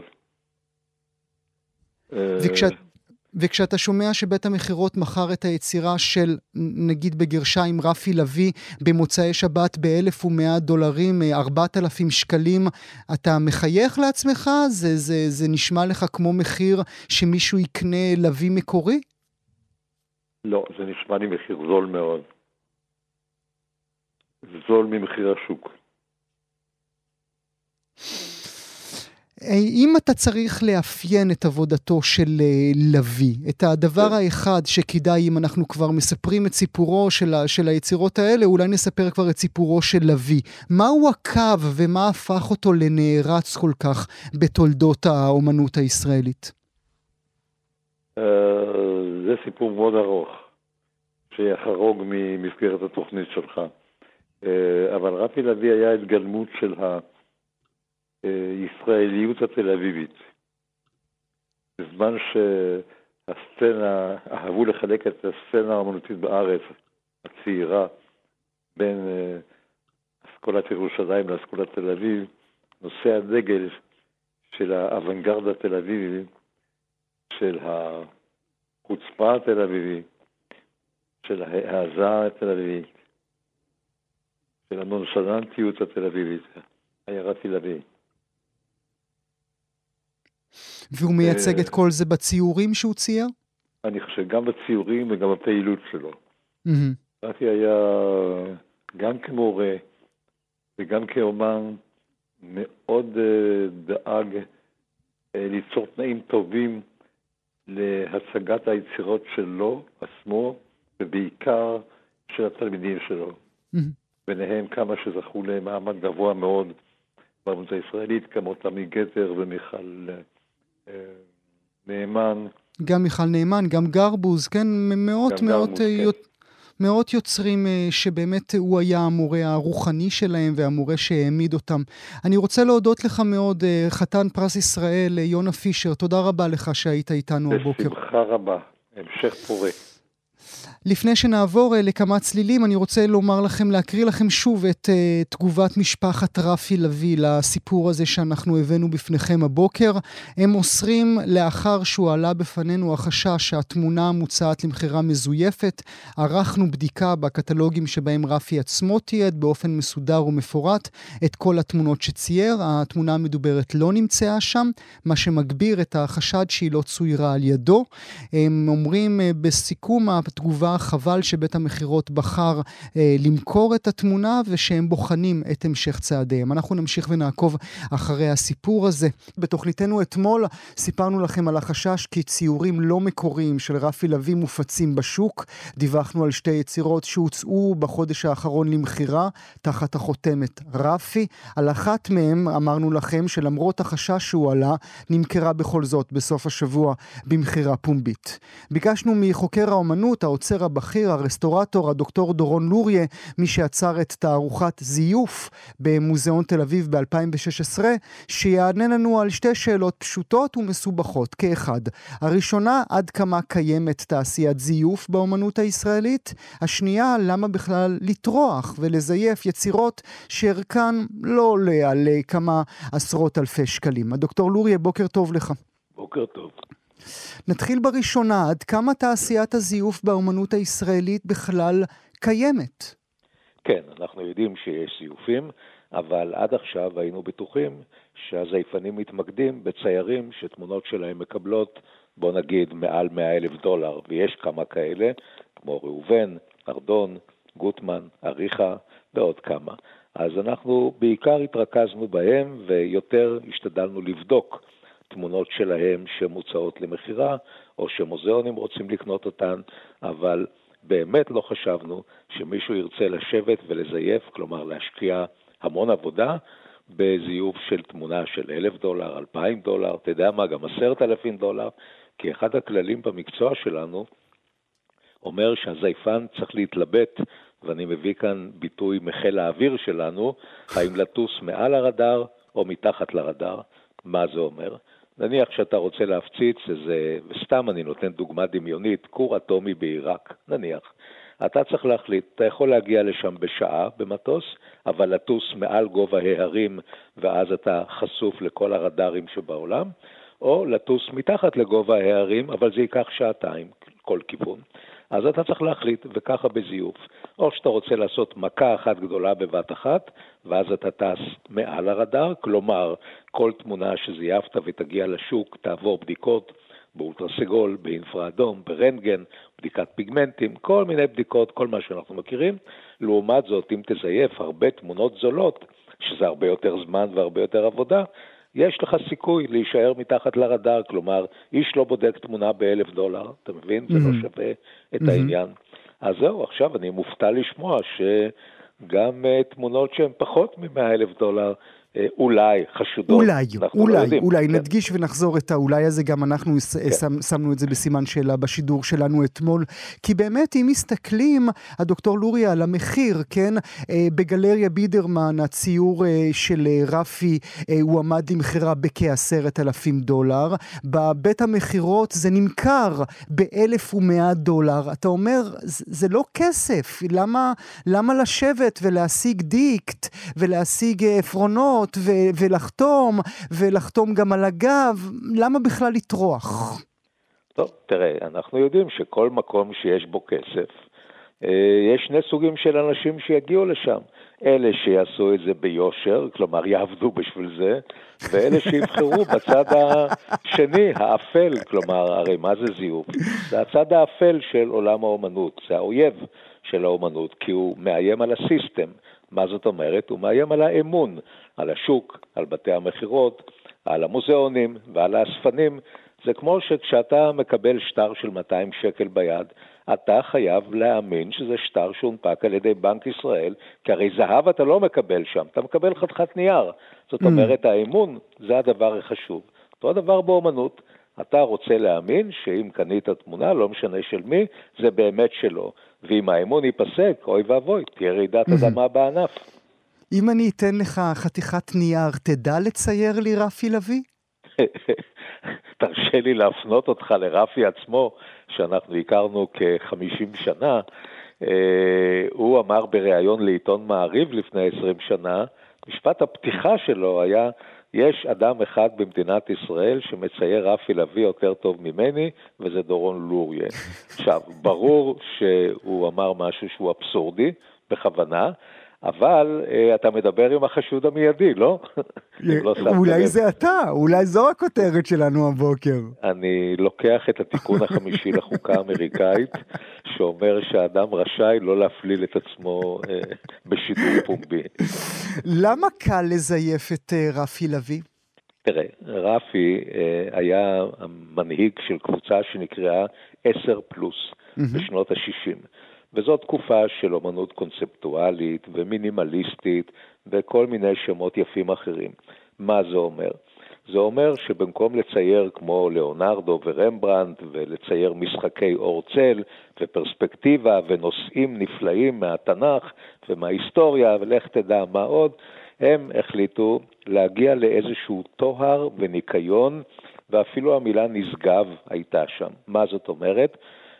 [SPEAKER 2] וכשאת, וכשאתה שומע שבית המחירות מכר את היצירה של, נגיד בגרשיים, רפי לוי, במוצאי שבת באלף ומאה דולרים, ארבעת אלפים שקלים, אתה מחייך לעצמך? זה, זה, זה נשמע לך כמו מחיר שמישהו יקנה לוי מקורי?
[SPEAKER 5] לא, זה נשמע לי מחיר זול מאוד. זול ממחיר השוק.
[SPEAKER 2] אם אתה צריך לאפיין את עבודתו של לוי, את הדבר האחד שכדאי, אם אנחנו כבר מספרים את סיפורו של, של היצירות האלה, אולי נספר כבר את סיפורו של לוי. מהו הקו ומה הפך אותו לנערץ כל כך בתולדות האומנות הישראלית?
[SPEAKER 5] זה סיפור מאוד ארוך, שיחרוג ממסגרת התוכנית שלך. אבל רפי לוי היה התגלמות של ה... ישראליות התל אביבית. בזמן שהסצנה, אהבו לחלק את הסצנה האמנותית בארץ, הצעירה, בין אסכולת ירושלים לאסכולת תל אביב, נושא הדגל של האוונגרד התל אביבי, של החוצפה התל אביבי, של ההעזה התל אביבית, של הנונשלנטיות התל אביבית, היה רפי לוי.
[SPEAKER 2] והוא מייצג את כל זה בציורים שהוא צייר?
[SPEAKER 5] אני חושב, גם בציורים וגם בפעילות שלו. רפי היה גם כמורה וגם כאומן מאוד דאג ליצור תנאים טובים להצגת היצירות שלו עצמו, ובעיקר של התלמידים שלו. ביניהם כמה שזכו למעמד גבוה מאוד באמנות הישראלית, כמו תמי גטר ומיכל נאמן.
[SPEAKER 2] גם מיכל נאמן, גם גרבוז, כן, מאות מאות מאות יוצרים שבאמת הוא היה המורה הרוחני שלהם והמורה שהעמיד אותם. אני רוצה להודות לך מאוד, חתן פרס ישראל, יונה פישר, תודה רבה לך שהיית איתנו הבוקר.
[SPEAKER 5] בשמחה רבה, המשך פורה.
[SPEAKER 2] לפני שנעבור לכמה צלילים, אני רוצה לומר לכם, להקריא לכם שוב את uh, תגובת משפחת רפי לוי לסיפור הזה שאנחנו הבאנו בפניכם הבוקר. הם אוסרים לאחר שהוא עלה בפנינו החשש שהתמונה המוצעת למחירה מזויפת. ערכנו בדיקה בקטלוגים שבהם רפי עצמו תיעד באופן מסודר ומפורט את כל התמונות שצייר. התמונה המדוברת לא נמצאה שם, מה שמגביר את החשד שהיא לא צוירה על ידו. הם אומרים uh, בסיכום התגובה, חבל שבית המחירות בחר אה, למכור את התמונה ושהם בוחנים את המשך צעדיהם. אנחנו נמשיך ונעקוב אחרי הסיפור הזה. בתוכניתנו אתמול סיפרנו לכם על החשש כי ציורים לא מקוריים של רפי לוי מופצים בשוק. דיווחנו על שתי יצירות שהוצאו בחודש האחרון למחירה תחת החותמת רפי. על אחת מהם אמרנו לכם שלמרות החשש שהוא עלה, נמכרה בכל זאת בסוף השבוע במחירה פומבית. ביקשנו מחוקר האומנות, האוצר הבכיר, הרסטורטור, הדוקטור דורון לוריה, מי שעצר את תערוכת זיוף במוזיאון תל אביב ב-אלפיים ושש עשרה, שיענה לנו על שתי שאלות פשוטות ומסובכות כאחד. הראשונה, עד כמה קיימת תעשיית זיוף באומנות הישראלית? השנייה, למה בכלל לטרוח ולזייף יצירות שערכן לא עולה על כמה עשרות אלפי שקלים? הדוקטור לוריה, בוקר טוב לך.
[SPEAKER 5] בוקר טוב.
[SPEAKER 2] נתחיל בראשונה, עד כמה תעשיית הזיוף באומנות הישראלית בכלל קיימת?
[SPEAKER 5] כן, אנחנו יודעים שיש זיופים, אבל עד עכשיו היינו בטוחים שהזייפנים מתמקדים בציירים שתמונות שלהם מקבלות, בוא נגיד, מעל מאה אלף דולר, ויש כמה כאלה, כמו ראובן, ארדון, גוטמן, אריכה ועוד כמה. אז אנחנו בעיקר התרכזנו בהם ויותר השתדלנו לבדוק תמונות שלהם שמוצאות למחירה, או שמוזיאונים רוצים לקנות אותן, אבל באמת לא חשבנו שמישהו ירצה לשבת ולזייף, כלומר להשקיע המון עבודה בזיוף של תמונה של אלף דולר, אלפיים דולר, אתה יודע מה, גם עשרת אלפים דולר, כי אחד הכללים במקצוע שלנו אומר שהזייפן צריך להתלבט, ואני מביא כאן ביטוי מחיל האוויר שלנו, האם לטוס מעל הרדאר או מתחת לרדאר. מה זה אומר? נניח שאתה רוצה להפציץ איזה, וסתם אני נותן דוגמה דמיונית, כור אטומי בעיראק, נניח. אתה צריך להחליט, אתה יכול להגיע לשם בשעה במטוס, אבל לטוס מעל גובה ההרים, ואז אתה חשוף לכל הרדארים שבעולם, או לטוס מתחת לגובה ההרים, אבל זה ייקח שעתיים, כל כיוון. אז אתה צריך להחליט, וככה בזיוף. או שאתה רוצה לעשות מכה אחת גדולה בבת אחת, ואז אתה טס מעל הרדאר, כלומר, כל תמונה שזייפת ותגיע לשוק, תעבור בדיקות באולטרסגול, באינפראדום, ברנטגן, בדיקת פיגמנטים, כל מיני בדיקות, כל מה שאנחנו מכירים. לעומת זאת, אם תזייף הרבה תמונות זולות, שזה הרבה יותר זמן והרבה יותר עבודה, יש לך סיכוי להישאר מתחת לרדאר, כלומר, איש לא בודק תמונה באלף דולר, אתה מבין? זה לא שווה את העניין. אז זהו, עכשיו אני מופתע לשמוע שגם תמונות שהן פחות מ-מאה אלף דולר, אולי חשודות.
[SPEAKER 2] אולי, אולי, אולי, נדגיש ונחזור את האולי הזה, גם אנחנו שמנו את זה בסימן שאלה בשידור שלנו אתמול, כי באמת אם מסתכלים, הדוקטור לוריה, על המחיר, כן, בגלריה בידרמן, הציור של רפי, הוא עמד למחירה בכעשרת אלפים דולר, בבית המחירות זה נמכר באלף ומאה דולר, אתה אומר, זה לא כסף, למה, למה לשבת ולהשיג דיקט, ולהשיג עפרונות, ו- ולחתום, ולחתום גם על הגב, למה בכלל לטרוח?
[SPEAKER 5] טוב, תראה, אנחנו יודעים שכל מקום שיש בו כסף, יש שני סוגים של אנשים שיגיעו לשם. אלה שיעשו את זה ביושר, כלומר יעבדו בשביל זה, ואלה שיבחרו בצד השני, האפל, כלומר, הרי מה זה זיוף? זה הצד האפל של עולם האומנות, זה האויב של האומנות, כי הוא מאיים על הסיסטם. מה זאת אומרת? הוא מאיים על האמון, על השוק, על בתי המחירות, על המוזיאונים ועל האספנים. זה כמו שכשאתה מקבל שטר של מאתיים שקל ביד, אתה חייב להאמין שזה שטר שהונפק על ידי בנק ישראל, כי הרי זהב אתה לא מקבל שם, אתה מקבל חתיכת נייר. זאת אומרת, האמון זה הדבר החשוב. אותו הדבר באומנות, אתה רוצה להאמין שאם קנית תמונה, לא משנה של מי, זה באמת שלו. ואם האמון ייפסק, אוי ואבוי, תהיה רעידת אדמה בענף.
[SPEAKER 2] אם אני אתן לך חתיכת נייר, תדע לצייר לי רפי לוי?
[SPEAKER 5] תרשה לי להפנות אותך לרפי עצמו, שאנחנו הכרנו כ-חמישים שנה. הוא אמר בריאיון לעיתון מעריב לפני עשרים שנה, משפט הפתיחה שלו היה, יש אדם אחד במדינת ישראל שמצייר רפי לוי יותר טוב ממני, וזה דורון לוריה. עכשיו, ברור שהוא אמר משהו שהוא אבסורדי, בכוונה, אבל uh, אתה מדבר עם החשוד המיידי, לא? לא
[SPEAKER 2] אולי זה אתה, אולי זו הכותרת שלנו הבוקר.
[SPEAKER 5] אני לוקח את התיקון החמישי לחוקה האמריקאית, שאומר שהאדם רשאי לא להפליל את עצמו uh, בשידור פומבי.
[SPEAKER 2] למה קל לזייף את uh, רפי לוי?
[SPEAKER 5] תראה, רפי uh, היה המנהיג של קבוצה שנקראה עשר פלוס mm-hmm. בשנות ה-שישים. וזו תקופה של אומנות קונספטואלית ומינימליסטית וכל מיני שמות יפים אחרים. מה זה אומר? זה אומר שבמקום לצייר כמו ליאונרדו ורמברנדט ולצייר משחקי אור צל ופרספקטיבה ונושאים נפלאים מהתנ"ך ומההיסטוריה ולך תדע מה עוד, הם החליטו להגיע לאיזשהו טוהר וניקיון, ואפילו המילה נשגב הייתה שם. מה זאת אומרת?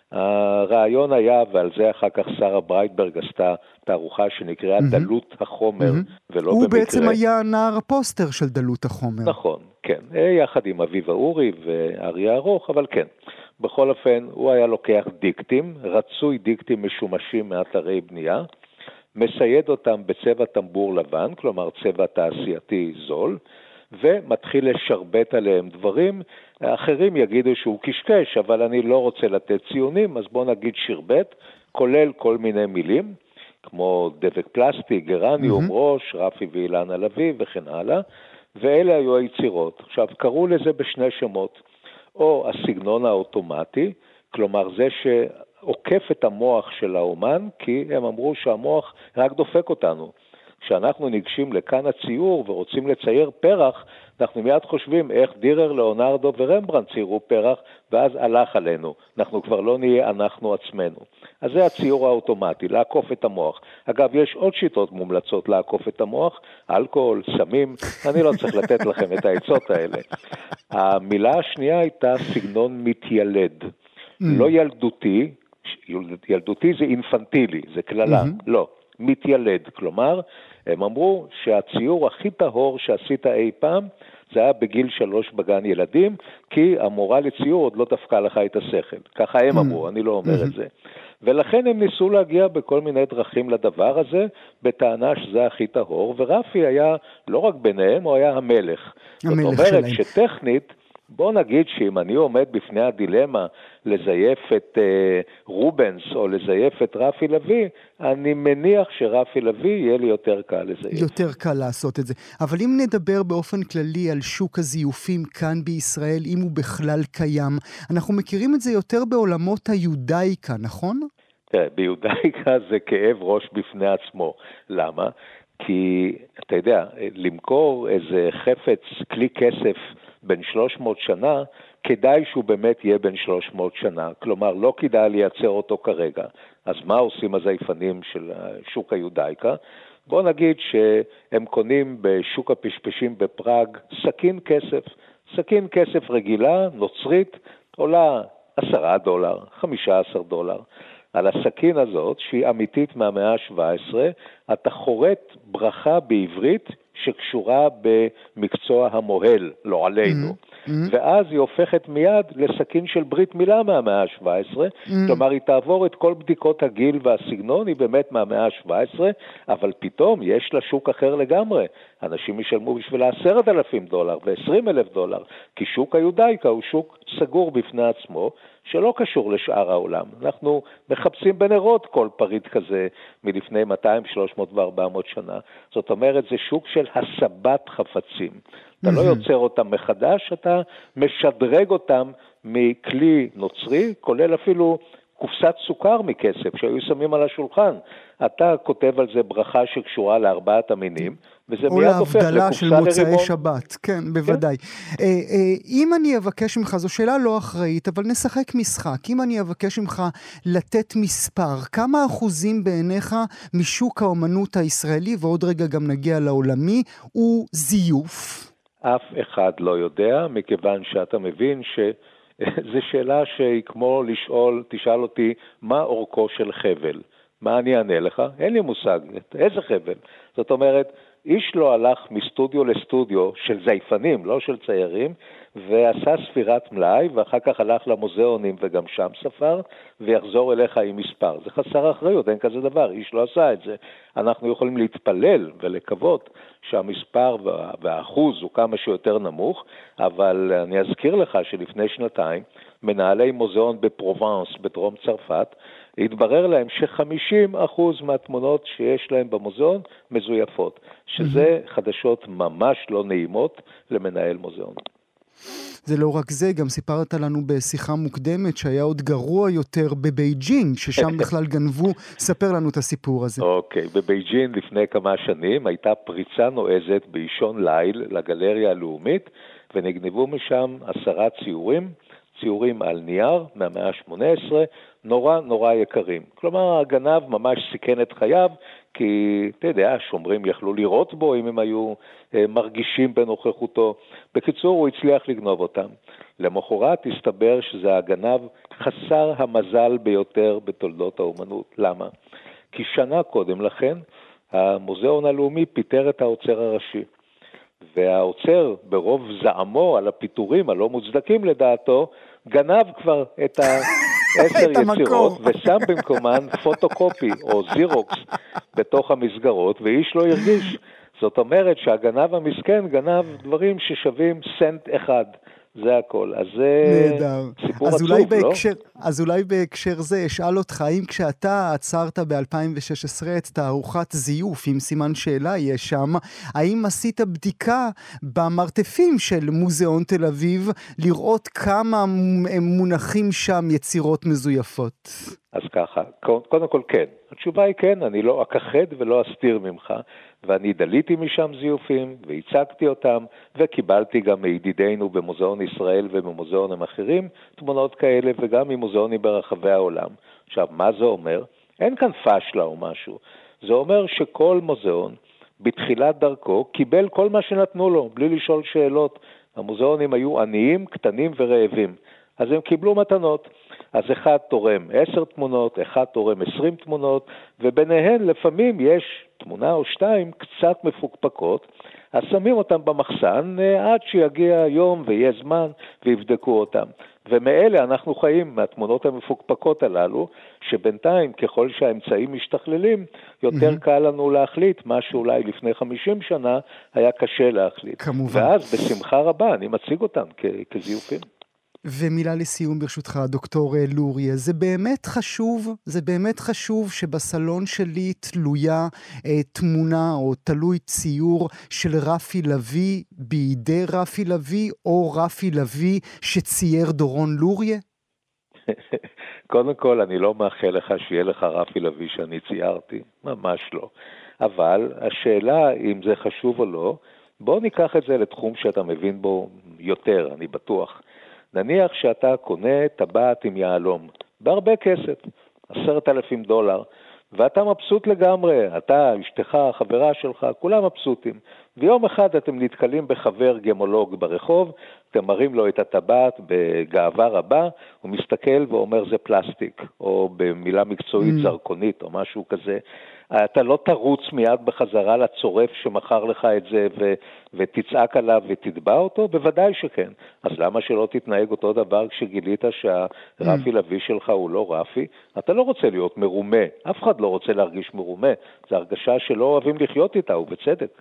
[SPEAKER 5] הרעיון היה, ועל זה אחר כך שרה ברייטברג עשתה תערוכה שנקראה mm-hmm. דלות החומר, mm-hmm. ולא
[SPEAKER 2] הוא
[SPEAKER 5] במקרה.
[SPEAKER 2] בעצם היה נער הפוסטר של דלות החומר.
[SPEAKER 5] נכון, כן. יחד עם אביב האורי ואריה ארוך, אבל כן. בכל אופן, הוא היה לוקח דיקטים, רצוי דיקטים משומשים מאתרי בנייה, מסייד אותם בצבע טמבור לבן, כלומר צבע תעשייתי זול, ומתחיל לשרבט עליהם דברים. האחרים יגידו שהוא קשקש, אבל אני לא רוצה לתת ציונים, אז בוא נגיד שרבט, כולל כל מיני מילים, כמו דבק פלסטי, גרניום, mm-hmm. ראש, רפי ואילן הלוי וכן הלאה, ואלה היו היצירות. עכשיו, קראו לזה בשני שמות, או הסגנון האוטומטי, כלומר זה שעוקף את המוח של האומן, כי הם אמרו שהמוח רק דופק אותנו. כשאנחנו ניגשים לכאן הציור ורוצים לצייר פרח, אנחנו מיד חושבים איך דירר, ליאונרדו ורמברנדט ציירו פרח, ואז הלך עלינו. אנחנו כבר לא נהיה אנחנו עצמנו. אז זה הציור האוטומטי, לעקוף את המוח. אגב, יש עוד שיטות מומלצות לעקוף את המוח, אלכוהול, סמים, אני לא צריך לתת לכם את העצות האלה. המילה השנייה הייתה סגנון מתיילד. לא ילדותי, ילדותי זה אינפנטילי, זה כללה, לא. מתיילד, כלומר, הם אמרו שהציור הכי טהור שעשית אי פעם, זה היה בגיל שלוש בגן ילדים, כי המורה לציור עוד לא דפקה לך את השכל. ככה הם אמרו, אני לא אומר את זה. ולכן הם ניסו להגיע בכל מיני דרכים לדבר הזה, בטענה שזה הכי טהור, ורפי היה לא רק ביניהם, הוא היה המלך. זאת אומרת שטכנית, בוא נגיד שאם אני עומד בפני הדילמה לזייף את אה, רובנס או לזייף את רפי לוי, אני מניח שרפי לוי יהיה לי יותר קל לזייף.
[SPEAKER 2] יותר קל לעשות את זה. אבל אם נדבר באופן כללי על שוק הזיופים כאן בישראל, אם הוא בכלל קיים, אנחנו מכירים את זה יותר בעולמות היודאיקה, נכון?
[SPEAKER 5] תראה, ביודאיקה זה כאב ראש בפני עצמו. למה? כי, אתה יודע, למכור איזה חפץ, כלי כסף, בין שלוש מאות שנה, כדאי שהוא באמת יהיה בין שלוש מאות שנה. כלומר, לא כדאי לייצר אותו כרגע. אז מה עושים הזייפנים של שוק היודאיקה? בוא נגיד שהם קונים בשוק הפשפשים בפראג סכין כסף. סכין כסף רגילה, נוצרית, עולה עשרה דולר, חמישה עשר דולר. על הסכין הזאת, שהיא אמיתית מהמאה ה-שבע עשרה, אתה חורט ברכה בעברית שקשורה במקצוע המוהל, לא עלינו. Mm-hmm. ואז היא הופכת מיד לסכין של ברית מילה מהמאה ה-שבע עשרה, mm-hmm. כלומר היא תעבור את כל בדיקות הגיל והסגנון, היא באמת מהמאה ה-שבע עשרה, אבל פתאום יש לה שוק אחר לגמרי. אנשים ישלמו בשביל עשרת אלפים דולר ועשרים אלף דולר, כי שוק היודאיקה הוא שוק סגור בפני עצמו, שלא קשור לשאר העולם. אנחנו מחפשים בנרות כל פריט כזה מלפני מאתיים, שלוש מאות וארבע מאות שנה. זאת אומרת, זה שוק של הסבת חפצים. אתה לא יוצר אותם מחדש, אתה משדרג אותם מכלי נוצרי, כולל אפילו קופסת סוכר מכסף שהיו שמים על השולחן. אתה כותב על זה ברכה שקשורה לארבעת המינים, וזה מיד הופך לקופסה לרימון. או להבדלה של מוצאי שבת,
[SPEAKER 2] כן, בוודאי. כן. אה, אה, אם אני אבקש ממך, זו שאלה לא אחראית, אבל נשחק משחק. אם אני אבקש ממך לתת מספר, כמה אחוזים בעיניך משוק האומנות הישראלי, ועוד רגע גם נגיע לעולמי, הוא זיוף?
[SPEAKER 5] אף אחד לא יודע, מכיוון שאתה מבין ש... זו שאלה שהיא כמו לשאול, תשאל אותי, מה אורכו של חבל? מה אני אענה לך? אין לי מושג, איזה חבל? זאת אומרת, איש לא הלך מסטודיו לסטודיו של זייפנים, לא של ציירים, ועשה ספירת מלאי, ואחר כך הלך למוזיאונים וגם שם ספר, ויחזור אליך עם מספר. זה חסר אחריות, אין כזה דבר, איש לא עשה את זה. אנחנו יכולים להתפלל ולקוות שהמספר והאחוז הוא כמה שיותר נמוך, אבל אני אזכיר לך שלפני שנתיים, מנהלי מוזיאון בפרובנס, בדרום צרפת, התברר להם ש-חמישים אחוז מהתמונות שיש להם במוזיאון מזויפות, שזה חדשות ממש לא נעימות למנהל מוזיאון.
[SPEAKER 2] זה לא רק זה, גם סיפרת לנו בשיחה מוקדמת שהיה עוד גרוע יותר בבייג'ינג, ששם בכלל גנבו. ספר לנו את הסיפור הזה.
[SPEAKER 5] אוקיי, okay, בבייג'ינג לפני כמה שנים הייתה פריצה נועזת באישון ליל לגלריה הלאומית, ונגנבו משם עשרה ציורים, ציורים על נייר מהמאה ה-שמונה עשרה, נורא נורא יקרים. כלומר, הגנב ממש סיכן את חייו, כי, אתה יודע, השומרים יכלו לראות בו אם הם היו אה, מרגישים בנוכחותו. בקיצור, הוא הצליח לגנוב אותם. למחרת הסתבר שזה הגנב חסר המזל ביותר בתולדות האומנות. למה? כי שנה קודם לכן, המוזיאון הלאומי פיטר את האוצר הראשי. והאוצר, ברוב זעמו על הפיטורים הלא מוצדקים לדעתו, גנב כבר את העשר יצירות, ושם במקומן פוטוקופי או זירוקס בתוך המסגרות, ואיש לא הרגיש. זאת אומרת שהגנב המסכן גנב דברים ששווים סנט אחד. זה הכל. אז זה סיפור עצוב, לא?
[SPEAKER 2] אז אולי בהקשר זה אשאל אותך, האם כשאתה עצרת ב-אלפיים ושש עשרה את תערוכת זיוף, עם סימן שאלה יש שם, האם עשית בדיקה במרתפים של מוזיאון תל אביב, לראות כמה מונחים שם יצירות מזויפות?
[SPEAKER 5] אז ככה, קודם כל כן. התשובה היא כן, אני לא אכחד ולא אסתיר ממך, ואני דליתי משם זיופים, והצגתי אותם, וקיבלתי גם מידידינו במוזיאון ישראל ובמוזיאונים אחרים, תמונות כאלה, וגם ממוזיאונים ברחבי העולם. עכשיו, מה זה אומר? אין כאן פשלה או משהו. זה אומר שכל מוזיאון, בתחילת דרכו, קיבל כל מה שנתנו לו, בלי לשאול שאלות. המוזיאונים היו עניים, קטנים ורעבים. אז הם קיבלו מתנות. אז אחד תורם עשר תמונות, אחד תורם עשרים תמונות, וביניהן לפעמים יש תמונה או שתיים קצת מפוקפקות, אז שמים אותם במחסן עד שיגיע יום ויהיה זמן ויבדקו אותם. ומאלה אנחנו חיים מהתמונות המפוקפקות הללו, שבינתיים ככל שהאמצעים משתכללים, יותר mm-hmm. קל לנו להחליט, מה שאולי לפני חמישים שנה היה קשה להחליט.
[SPEAKER 2] כמובן.
[SPEAKER 5] ואז בשמחה רבה אני מציג אותם כ- כזיופים.
[SPEAKER 2] ומילה לסיום ברשותך, דוקטור לוריה, זה באמת חשוב, זה באמת חשוב שבסלון שלי תלויה אה, תמונה או תלוי ציור של רפי לוי בידי רפי לוי, או רפי לוי שצייר דורון לוריה?
[SPEAKER 5] קודם כל, אני לא מאחל לך שיהיה לך רפי לוי שאני ציירתי, ממש לא. אבל השאלה אם זה חשוב או לא, בוא ניקח את זה לתחום שאתה מבין בו יותר, אני בטוח. נניח שאתה קונה טבעת עם יעלום, בהרבה כסף, עשרת אלפים דולר, ואתה מבסוט לגמרי, אתה, אשתך, חברה שלך, כולם מבסוטים. ויום אחד אתם נתקלים בחבר גמולוג ברחוב, אתם מראים לו את הטבעת בגאווה רבה, הוא מסתכל ואומר זה פלסטיק, או במילה מקצועית mm. זרקונית, או משהו כזה. אתה לא תרוץ מיד בחזרה לצורף שמכר לך את זה ו- ותצעק עליו ותתבע אותו? בוודאי שכן. אז למה שלא תתנהג אותו דבר כשגילית שהרפי לוי שלך הוא לא רפי? אתה לא רוצה להיות מרומה, אף אחד לא רוצה להרגיש מרומה. זו הרגשה שלא אוהבים לחיות איתה, ובצדק.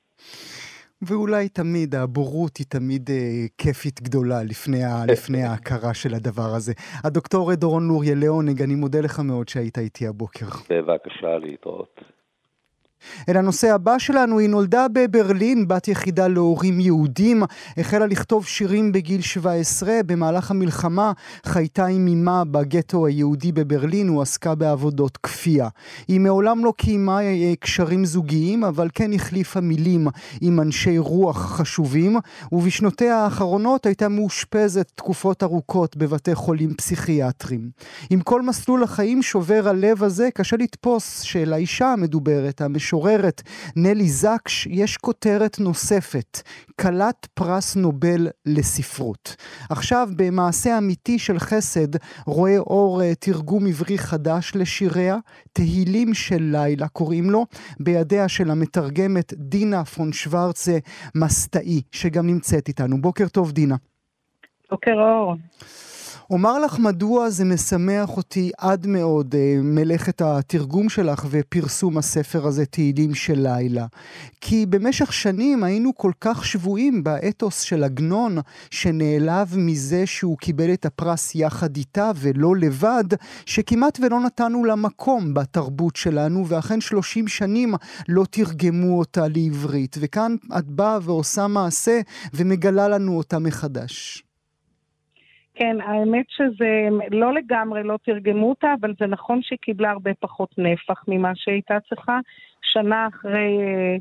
[SPEAKER 2] ואולי תמיד, הבורות היא תמיד אה, כיפית גדולה לפני, ה, לפני ההכרה של הדבר הזה. הדוקטור דורון לוריה לעונג, אני מודה לך מאוד שהיית איתי הבוקר.
[SPEAKER 5] בבקשה, להתראות.
[SPEAKER 2] אל הנושא הבא שלנו, היא נולדה בברלין, בת יחידה להורים יהודים, החלה לכתוב שירים בגיל שבע עשרה, במהלך המלחמה חייתה עם אמה בגטו היהודי בברלין, הוא עסקה בעבודות כפייה. היא מעולם לא קיימה קשרים זוגיים, אבל כן החליפה מילים עם אנשי רוח חשובים, ובשנותיה האחרונות הייתה מאושפזת תקופות ארוכות בבתי חולים פסיכיאטרים. עם כל מסלול החיים שובר הלב הזה, קשה לתפוס שלאישה המדוברת, המשוררת נלי זקש, יש כותרת נוספת, כלת פרס נובל לספרות. עכשיו במעשה אמיתי של חסד רואה אור תרגום עברי חדש לשיריה, תהילים של לילה קוראים לו, בידיה של המתרגמת דינה פון שוורצה מסטאי, שגם נמצאת איתנו. בוקר טוב דינה.
[SPEAKER 6] בוקר אור.
[SPEAKER 2] אומר לך מדוע זה משמח אותי עד מאוד מלאכת התרגום שלך ופרסום הספר הזה תהילים של לילה. כי במשך שנים היינו כל כך שבויים באתוס של עגנון שנעלב מזה שהוא קיבל את הפרס יחד איתה ולא לבד, שכמעט ולא נתנו לה מקום בתרבות שלנו, ואכן שלושים שנים לא תרגמו אותה לעברית. וכאן את באה ועושה מעשה ומגלה לנו אותה מחדש.
[SPEAKER 6] כן, האמת שזה לא לגמרי לא תרגמו אותה, אבל זה נכון שהיא קיבלה הרבה פחות נפח ממה שהייתה צריכה. שנה אחרי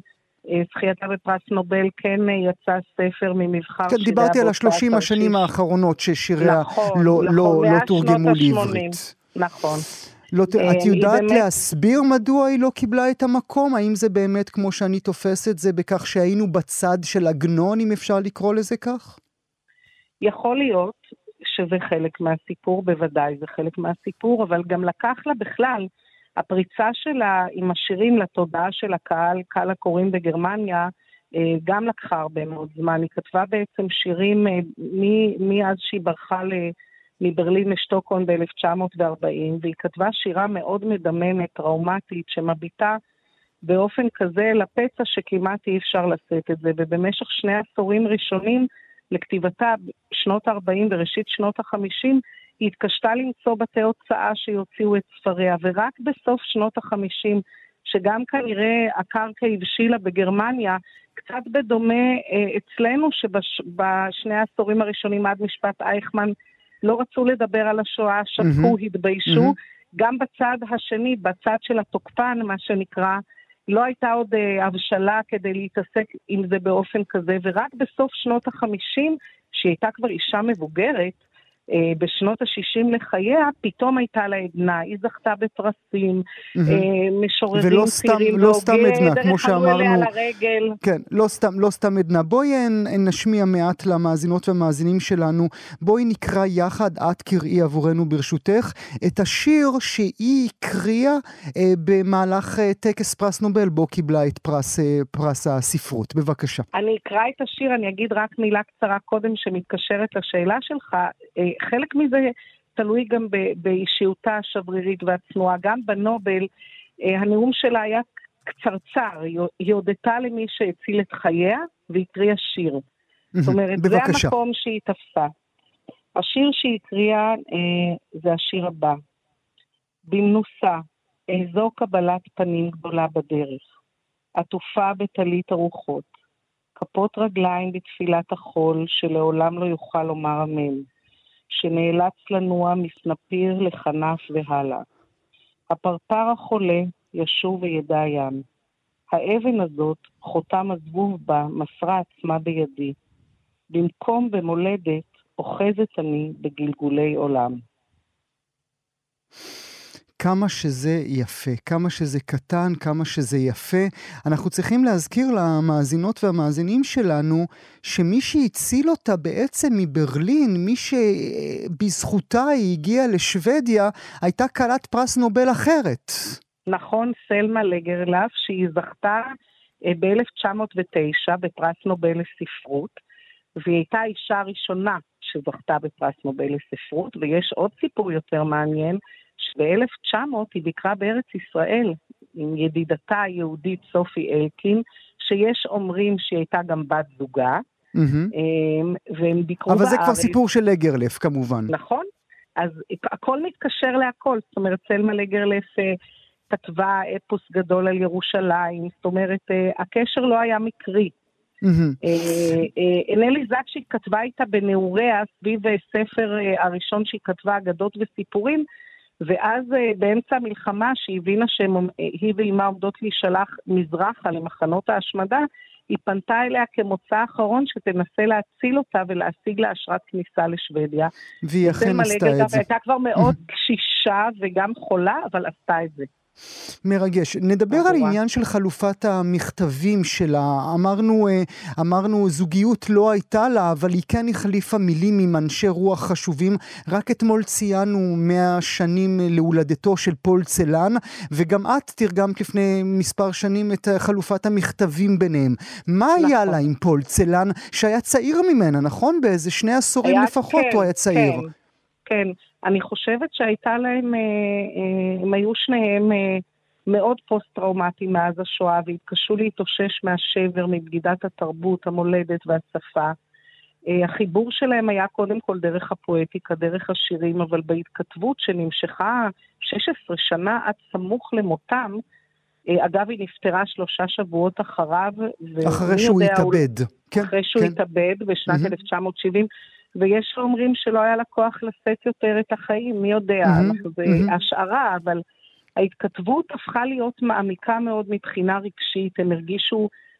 [SPEAKER 6] זכייתה בפרס נובל, כן יצא ספר ממבחר
[SPEAKER 2] כן, דיברתי על השלושים השנים האחרונות ששיריה נכון, לא, נכון, לא, לא תורגמו לעברית.
[SPEAKER 6] נכון.
[SPEAKER 2] לא, את יודעת באמת... להסביר מדוע היא לא קיבלה את המקום? האם זה באמת, כמו שאני תופס את זה, בכך שהיינו בצד של עגנון, אם אפשר לקרוא לזה כך?
[SPEAKER 6] יכול להיות שזה חלק מהסיפור, בוודאי זה חלק מהסיפור, אבל גם לקח לה בכלל, הפריצה שלה עם השירים לתודעה של הקהל, קהל הקוראים בגרמניה, גם לקחה הרבה מאוד זמן. היא כתבה בעצם שירים מאז שהיא ברחה מברלין לשטוקהולם ב-אלף תשע מאות וארבעים, והיא כתבה שירה מאוד מדממת, טראומטית, שמביטה באופן כזה לפצע שכמעט אי אפשר לשאת את זה, ובמשך שני עשורים ראשונים לכתיבתה, שנות ה-ארבעים וראשית שנות ה-חמישים, היא התקשתה למצוא בתי הוצאה שיוציאו את ספריה, ורק בסוף שנות ה-חמישים, שגם כנראה הקרקע הבשילה בגרמניה, קצת בדומה אצלנו, שבשני העשורים הראשונים עד משפט אייכמן, לא רצו לדבר על השואה, שתקו, mm-hmm. התביישו, mm-hmm. גם בצד השני, בצד של התוקפן, מה שנקרא, לא הייתה עוד uh, הבשלה כדי להתעסק עם זה באופן כזה, ורק בסוף שנות החמישים, שהיא הייתה כבר אישה מבוגרת, uh, בשנות השישים לחייה, פתאום הייתה לה עדנה, היא זכתה בפרסים, mm-hmm. uh, משוררים צעירים,
[SPEAKER 2] לא סתם עדנה, כמו שאמרנו,
[SPEAKER 6] לרגל.
[SPEAKER 2] כן, לא סתם, לא סתם עדנה. בואי נשמיע מעט למאזינות ומאזינים שלנו, בואי נקרא יחד, את קראי עבורנו ברשותך, את השיר שהיא הקריאה אה, במהלך אה, טקס פרס נובל, בו קיבלה את פרס, אה, פרס הספרות. בבקשה.
[SPEAKER 6] אני אקרא את השיר, אני אגיד רק מילה קצרה קודם שמתקשרת לשאלה שלך, אה, חלק מזה תלוי גם באישיותה השברירית והצנועה, גם בנובל, אה, הנאום שלה היה קצרצר, היא הודתה למי שהציל את חייה, והקריאה שיר. זאת אומרת, בבקשה. זה המקום שהיא תפסה. השיר שהיא הקריאה אה, זה השיר הבא. במנוסה, איזו קבלת פנים גדולה בדרך, עטופה בטלית הרוחות, כפות רגליים בתפילת החול, שלעולם לא יוכל לומר אמן, שנאלץ לנוע מסנפיר לחנף והלאה. הפרפר החולה ישוב וידע ים. האבן הזאת, חותם הזבוב בה, מסרה עצמה בידי. במקום במולדת, אוחזת אני בגלגולי עולם.
[SPEAKER 2] כמה שזה יפה, כמה שזה קטן, כמה שזה יפה. אנחנו צריכים להזכיר למאזינות והמאזינים שלנו, שמי שהציל אותה בעצם מברלין, מי שבזכותה היא הגיעה לשוודיה, הייתה קלת פרס נובל אחרת.
[SPEAKER 6] נכון, סלמה לגרלף, שהיא זכתה ב-אלף תשע מאות ותשע בפרס נובל לספרות, והיא הייתה האישה הראשונה שזכתה בפרס נובל לספרות, ויש עוד סיפור יותר מעניין, שב-אלף תשע מאות היא ביקרה בארץ ישראל, עם ידידתה היהודית סופי אלקין, שיש אומרים שהיא הייתה גם בת זוגה, והם ביקרו בארץ.
[SPEAKER 2] אבל זה כבר סיפור של לגרלף כמובן.
[SPEAKER 6] נכון, אז הכל מתקשר להכל, זאת אומרת, סלמה לגרלף כתבה אפוס גדול על ירושלים, זאת אומרת, הקשר לא היה מקרי. אנלי זקשיק כתבה איתה בנעוריה, סביב ספר הראשון שהיא כתבה, אגדות וסיפורים, ואז באמצע המלחמה שהיא הבינה שהיא ואימה עומדות להישלח מזרחה למחנות ההשמדה, היא פנתה אליה כמוצא האחרון שתנסה להציל אותה ולהשיג לה אשרת כניסה לשוודיה.
[SPEAKER 2] והיא אכן עשתה את זה.
[SPEAKER 6] הייתה כבר מאוד קשישה וגם חולה, אבל עשתה את זה.
[SPEAKER 2] מרגש. נדבר על עניין של חלופת המכתבים שלה. אמרנו, אמרנו, זוגיות לא הייתה לה, אבל היא כן החליפה מילים עם אנשי רוח חשובים. רק אתמול ציינו מאה שנים להולדתו של פול צלן, וגם את תרגמת לפני מספר שנים את חלופת המכתבים ביניהם. מה נכון. היה לה עם פול צלן, שהיה צעיר ממנה, נכון? באיזה שני עשורים היה, לפחות כן, הוא היה צעיר.
[SPEAKER 6] כן, כן. אני חושבת שהייתה להם, הם היו שניהם מאוד פוסט-טראומטיים מאז השואה, והתקשו להתאושש מהשבר, מבגידת התרבות, המולדת והשפה. החיבור שלהם היה קודם כל דרך הפואטיקה, דרך השירים, אבל בהתכתבות שנמשכה שש עשרה שנה עד סמוך למותם, אגב היא נפטרה שלושה שבועות אחריו.
[SPEAKER 2] אחרי שהוא התאבד.
[SPEAKER 6] אחרי שהוא התאבד בשנת אלף תשע מאות שבעים, ויש אומרים שלא היה לה כוח לשאת יותר את החיים, מי יודע, mm-hmm, זה mm-hmm. השערה, אבל ההתכתבות הפכה להיות מעמיקה מאוד מבחינה רגשית, הם הרגישו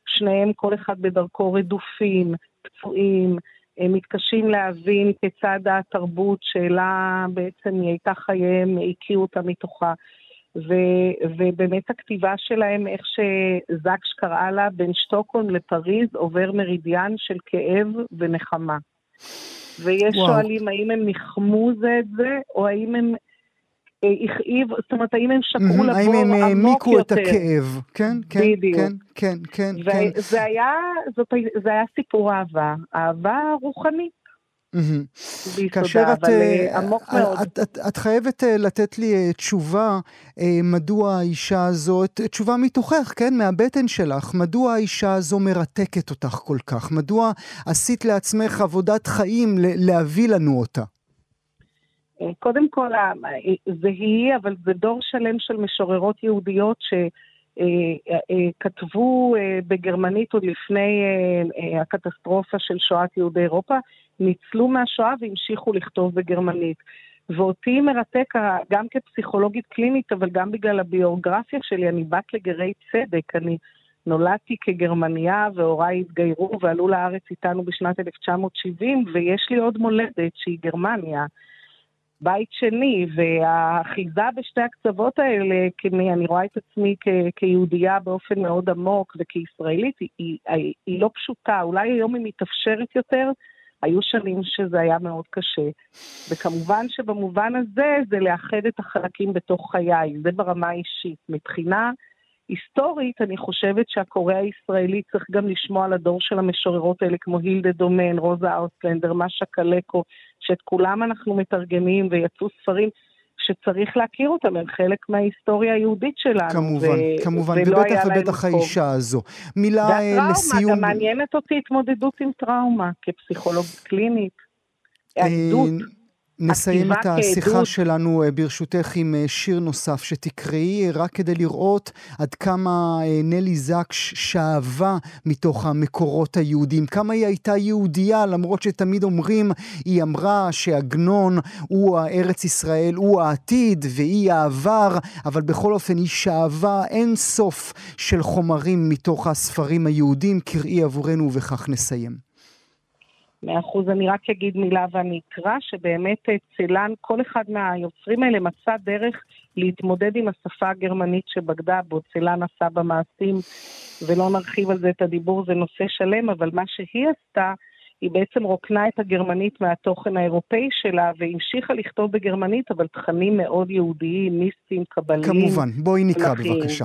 [SPEAKER 6] שניהם כל אחד בדרכו רדופים, פצועים, הם מתקשים להבין כיצד התרבות שלה בעצם היא הייתה חייהם, הכירו אותה מתוכה. ו- ובאמת הכתיבה שלהם, איך שזקש קראה לה, בין שטוקהולם לפריז עובר מרידיאן של כאב ונחמה. ויש וואו. שואלים האם הם נחמו זה את זה, או האם הם הכאיב, זאת אומרת, האם הם שקרו לבור עמוק יותר.
[SPEAKER 2] האם הם העמיקו את הכאב, כן, כן,
[SPEAKER 6] בדיוק.
[SPEAKER 2] כן, כן, כן.
[SPEAKER 6] וזה היה, זאת, זה היה סיפור אהבה, אהבה רוחנית.
[SPEAKER 2] כאשר את, את, את, את חייבת לתת לי תשובה מדוע האישה הזאת, תשובה מתוכך, כן, מהבטן שלך, מדוע האישה הזו מרתקת אותך כל כך, מדוע עשית לעצמך עבודת חיים להביא לנו אותה?
[SPEAKER 6] קודם כל, זה היא, אבל זה דור שלם של משוררות יהודיות ש... כתבו בגרמנית עוד לפני הקטסטרופה של שואת יהודי אירופה, ניצלו מהשואה והמשיכו לכתוב בגרמנית. ואותי מרתק גם כפסיכולוגית קלינית, אבל גם בגלל הביוגרפיה שלי, אני בת לגרי צדק, אני נולדתי כגרמניה והוריי התגיירו ועלו לארץ איתנו בשנת אלף תשע מאות שבעים, ויש לי עוד מולדת שהיא גרמניה. בית שני, והאחיזה בשתי הקצוות האלה, כמי, אני רואה את עצמי כ- כיהודייה באופן מאוד עמוק וכישראלית, היא, היא, היא לא פשוטה, אולי היום היא מתאפשרת יותר, היו שנים שזה היה מאוד קשה, וכמובן שבמובן הזה זה לאחד את החלקים בתוך חיי, זה ברמה האישית. מבחינה היסטורית, אני חושבת שהקורא הישראלי צריך גם לשמוע על הדור של המשוררות האלה, כמו הילדה דומן, רוזה אוסטלנדר, משה קלקו, שאת כולם אנחנו מתרגמים ויצאו ספרים שצריך להכיר אותם, הם חלק מההיסטוריה היהודית שלנו.
[SPEAKER 2] כמובן,
[SPEAKER 6] ו-
[SPEAKER 2] כמובן, ובטח ובטח האישה הזו. מילה
[SPEAKER 6] והטראומה,
[SPEAKER 2] לסיום.
[SPEAKER 6] גם מעניינת אותי התמודדות עם טראומה, כפסיכולוגית קלינית. העדות.
[SPEAKER 2] נסיים את השיחה שלנו ברשותך עם שיר נוסף שתקראי, רק כדי לראות עד כמה נלי זקש שאהבה מתוך המקורות היהודים, כמה היא הייתה יהודייה, למרות שתמיד אומרים, היא אמרה שהגנון הוא הארץ ישראל, הוא העתיד והיא העבר, אבל בכל אופן היא שאהבה אין סוף של חומרים מתוך הספרים היהודים. קראי עבורנו ובכך נסיים.
[SPEAKER 6] מאה אחוז, אני רק אגיד מילה ואני אקרא שבאמת צילן, כל אחד מהיוצרים האלה מצא דרך להתמודד עם השפה הגרמנית שבגדה בו, צילן עשה במעשים, ולא נרחיב על זה את הדיבור, זה נושא שלם, אבל מה שהיא עשתה, היא בעצם רוקנה את הגרמנית מהתוכן האירופאי שלה, והמשיכה לכתוב בגרמנית, אבל תכנים מאוד יהודיים, מיסטיים, קבליים.
[SPEAKER 2] כמובן, בואי נקרא בבקשה.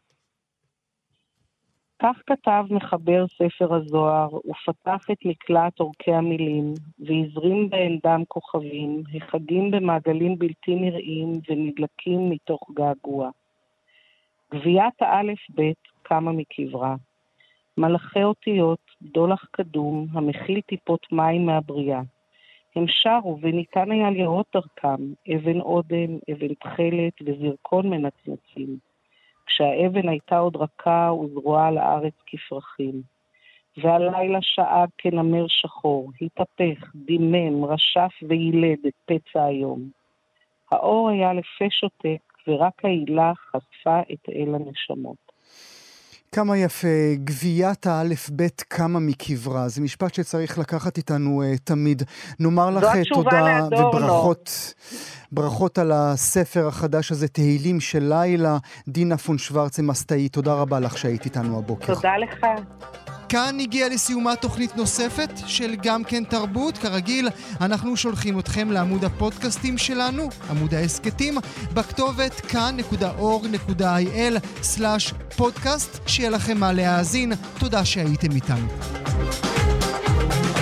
[SPEAKER 6] כך כתב מחבר ספר הזוהר, ופתח את מקלט אורכי המילים, והזרים בהן דם כוכבים, החגים במעגלים בלתי נראים ונדלקים מתוך געגוע. גביית האלף בית קמה מקברה. מלאכי אותיות, דולח קדום, המכיל טיפות מים מהבריאה. הם שרו וניתן היה לראות דרכם, אבן אודם, אבן תחלת וזרקון מנצנצים. כשהאבן הייתה עוד רכה וזרועה על הארץ כפרחים. והלילה שאג כנמר שחור, התהפך, דימם, רשף וילד את פצע היום. האור היה לפה שותק, ורק העילה חשפה את אל הנשמות.
[SPEAKER 2] כמה יפה, גביית האלף בית כמה מקברה, זה משפט שצריך לקחת איתנו uh, תמיד. נאמר לך תודה וברכות ברכות על הספר החדש הזה, תהילים של לילה. דינה פון שוורץ מסטאי, תודה רבה לך שהיית איתנו הבוקר.
[SPEAKER 6] תודה לך.
[SPEAKER 2] כאן הגיעה לסיומה תוכנית נוספת של גם כן תרבות. כרגיל, אנחנו שולחים אתכם לעמוד הפודקאסטים שלנו, עמוד העסקתים, בכתובת כאן נקודה אורג נקודה איי אל סלאש פודקאסט. שיהיה לכם מה להאזין. תודה שהייתם איתנו.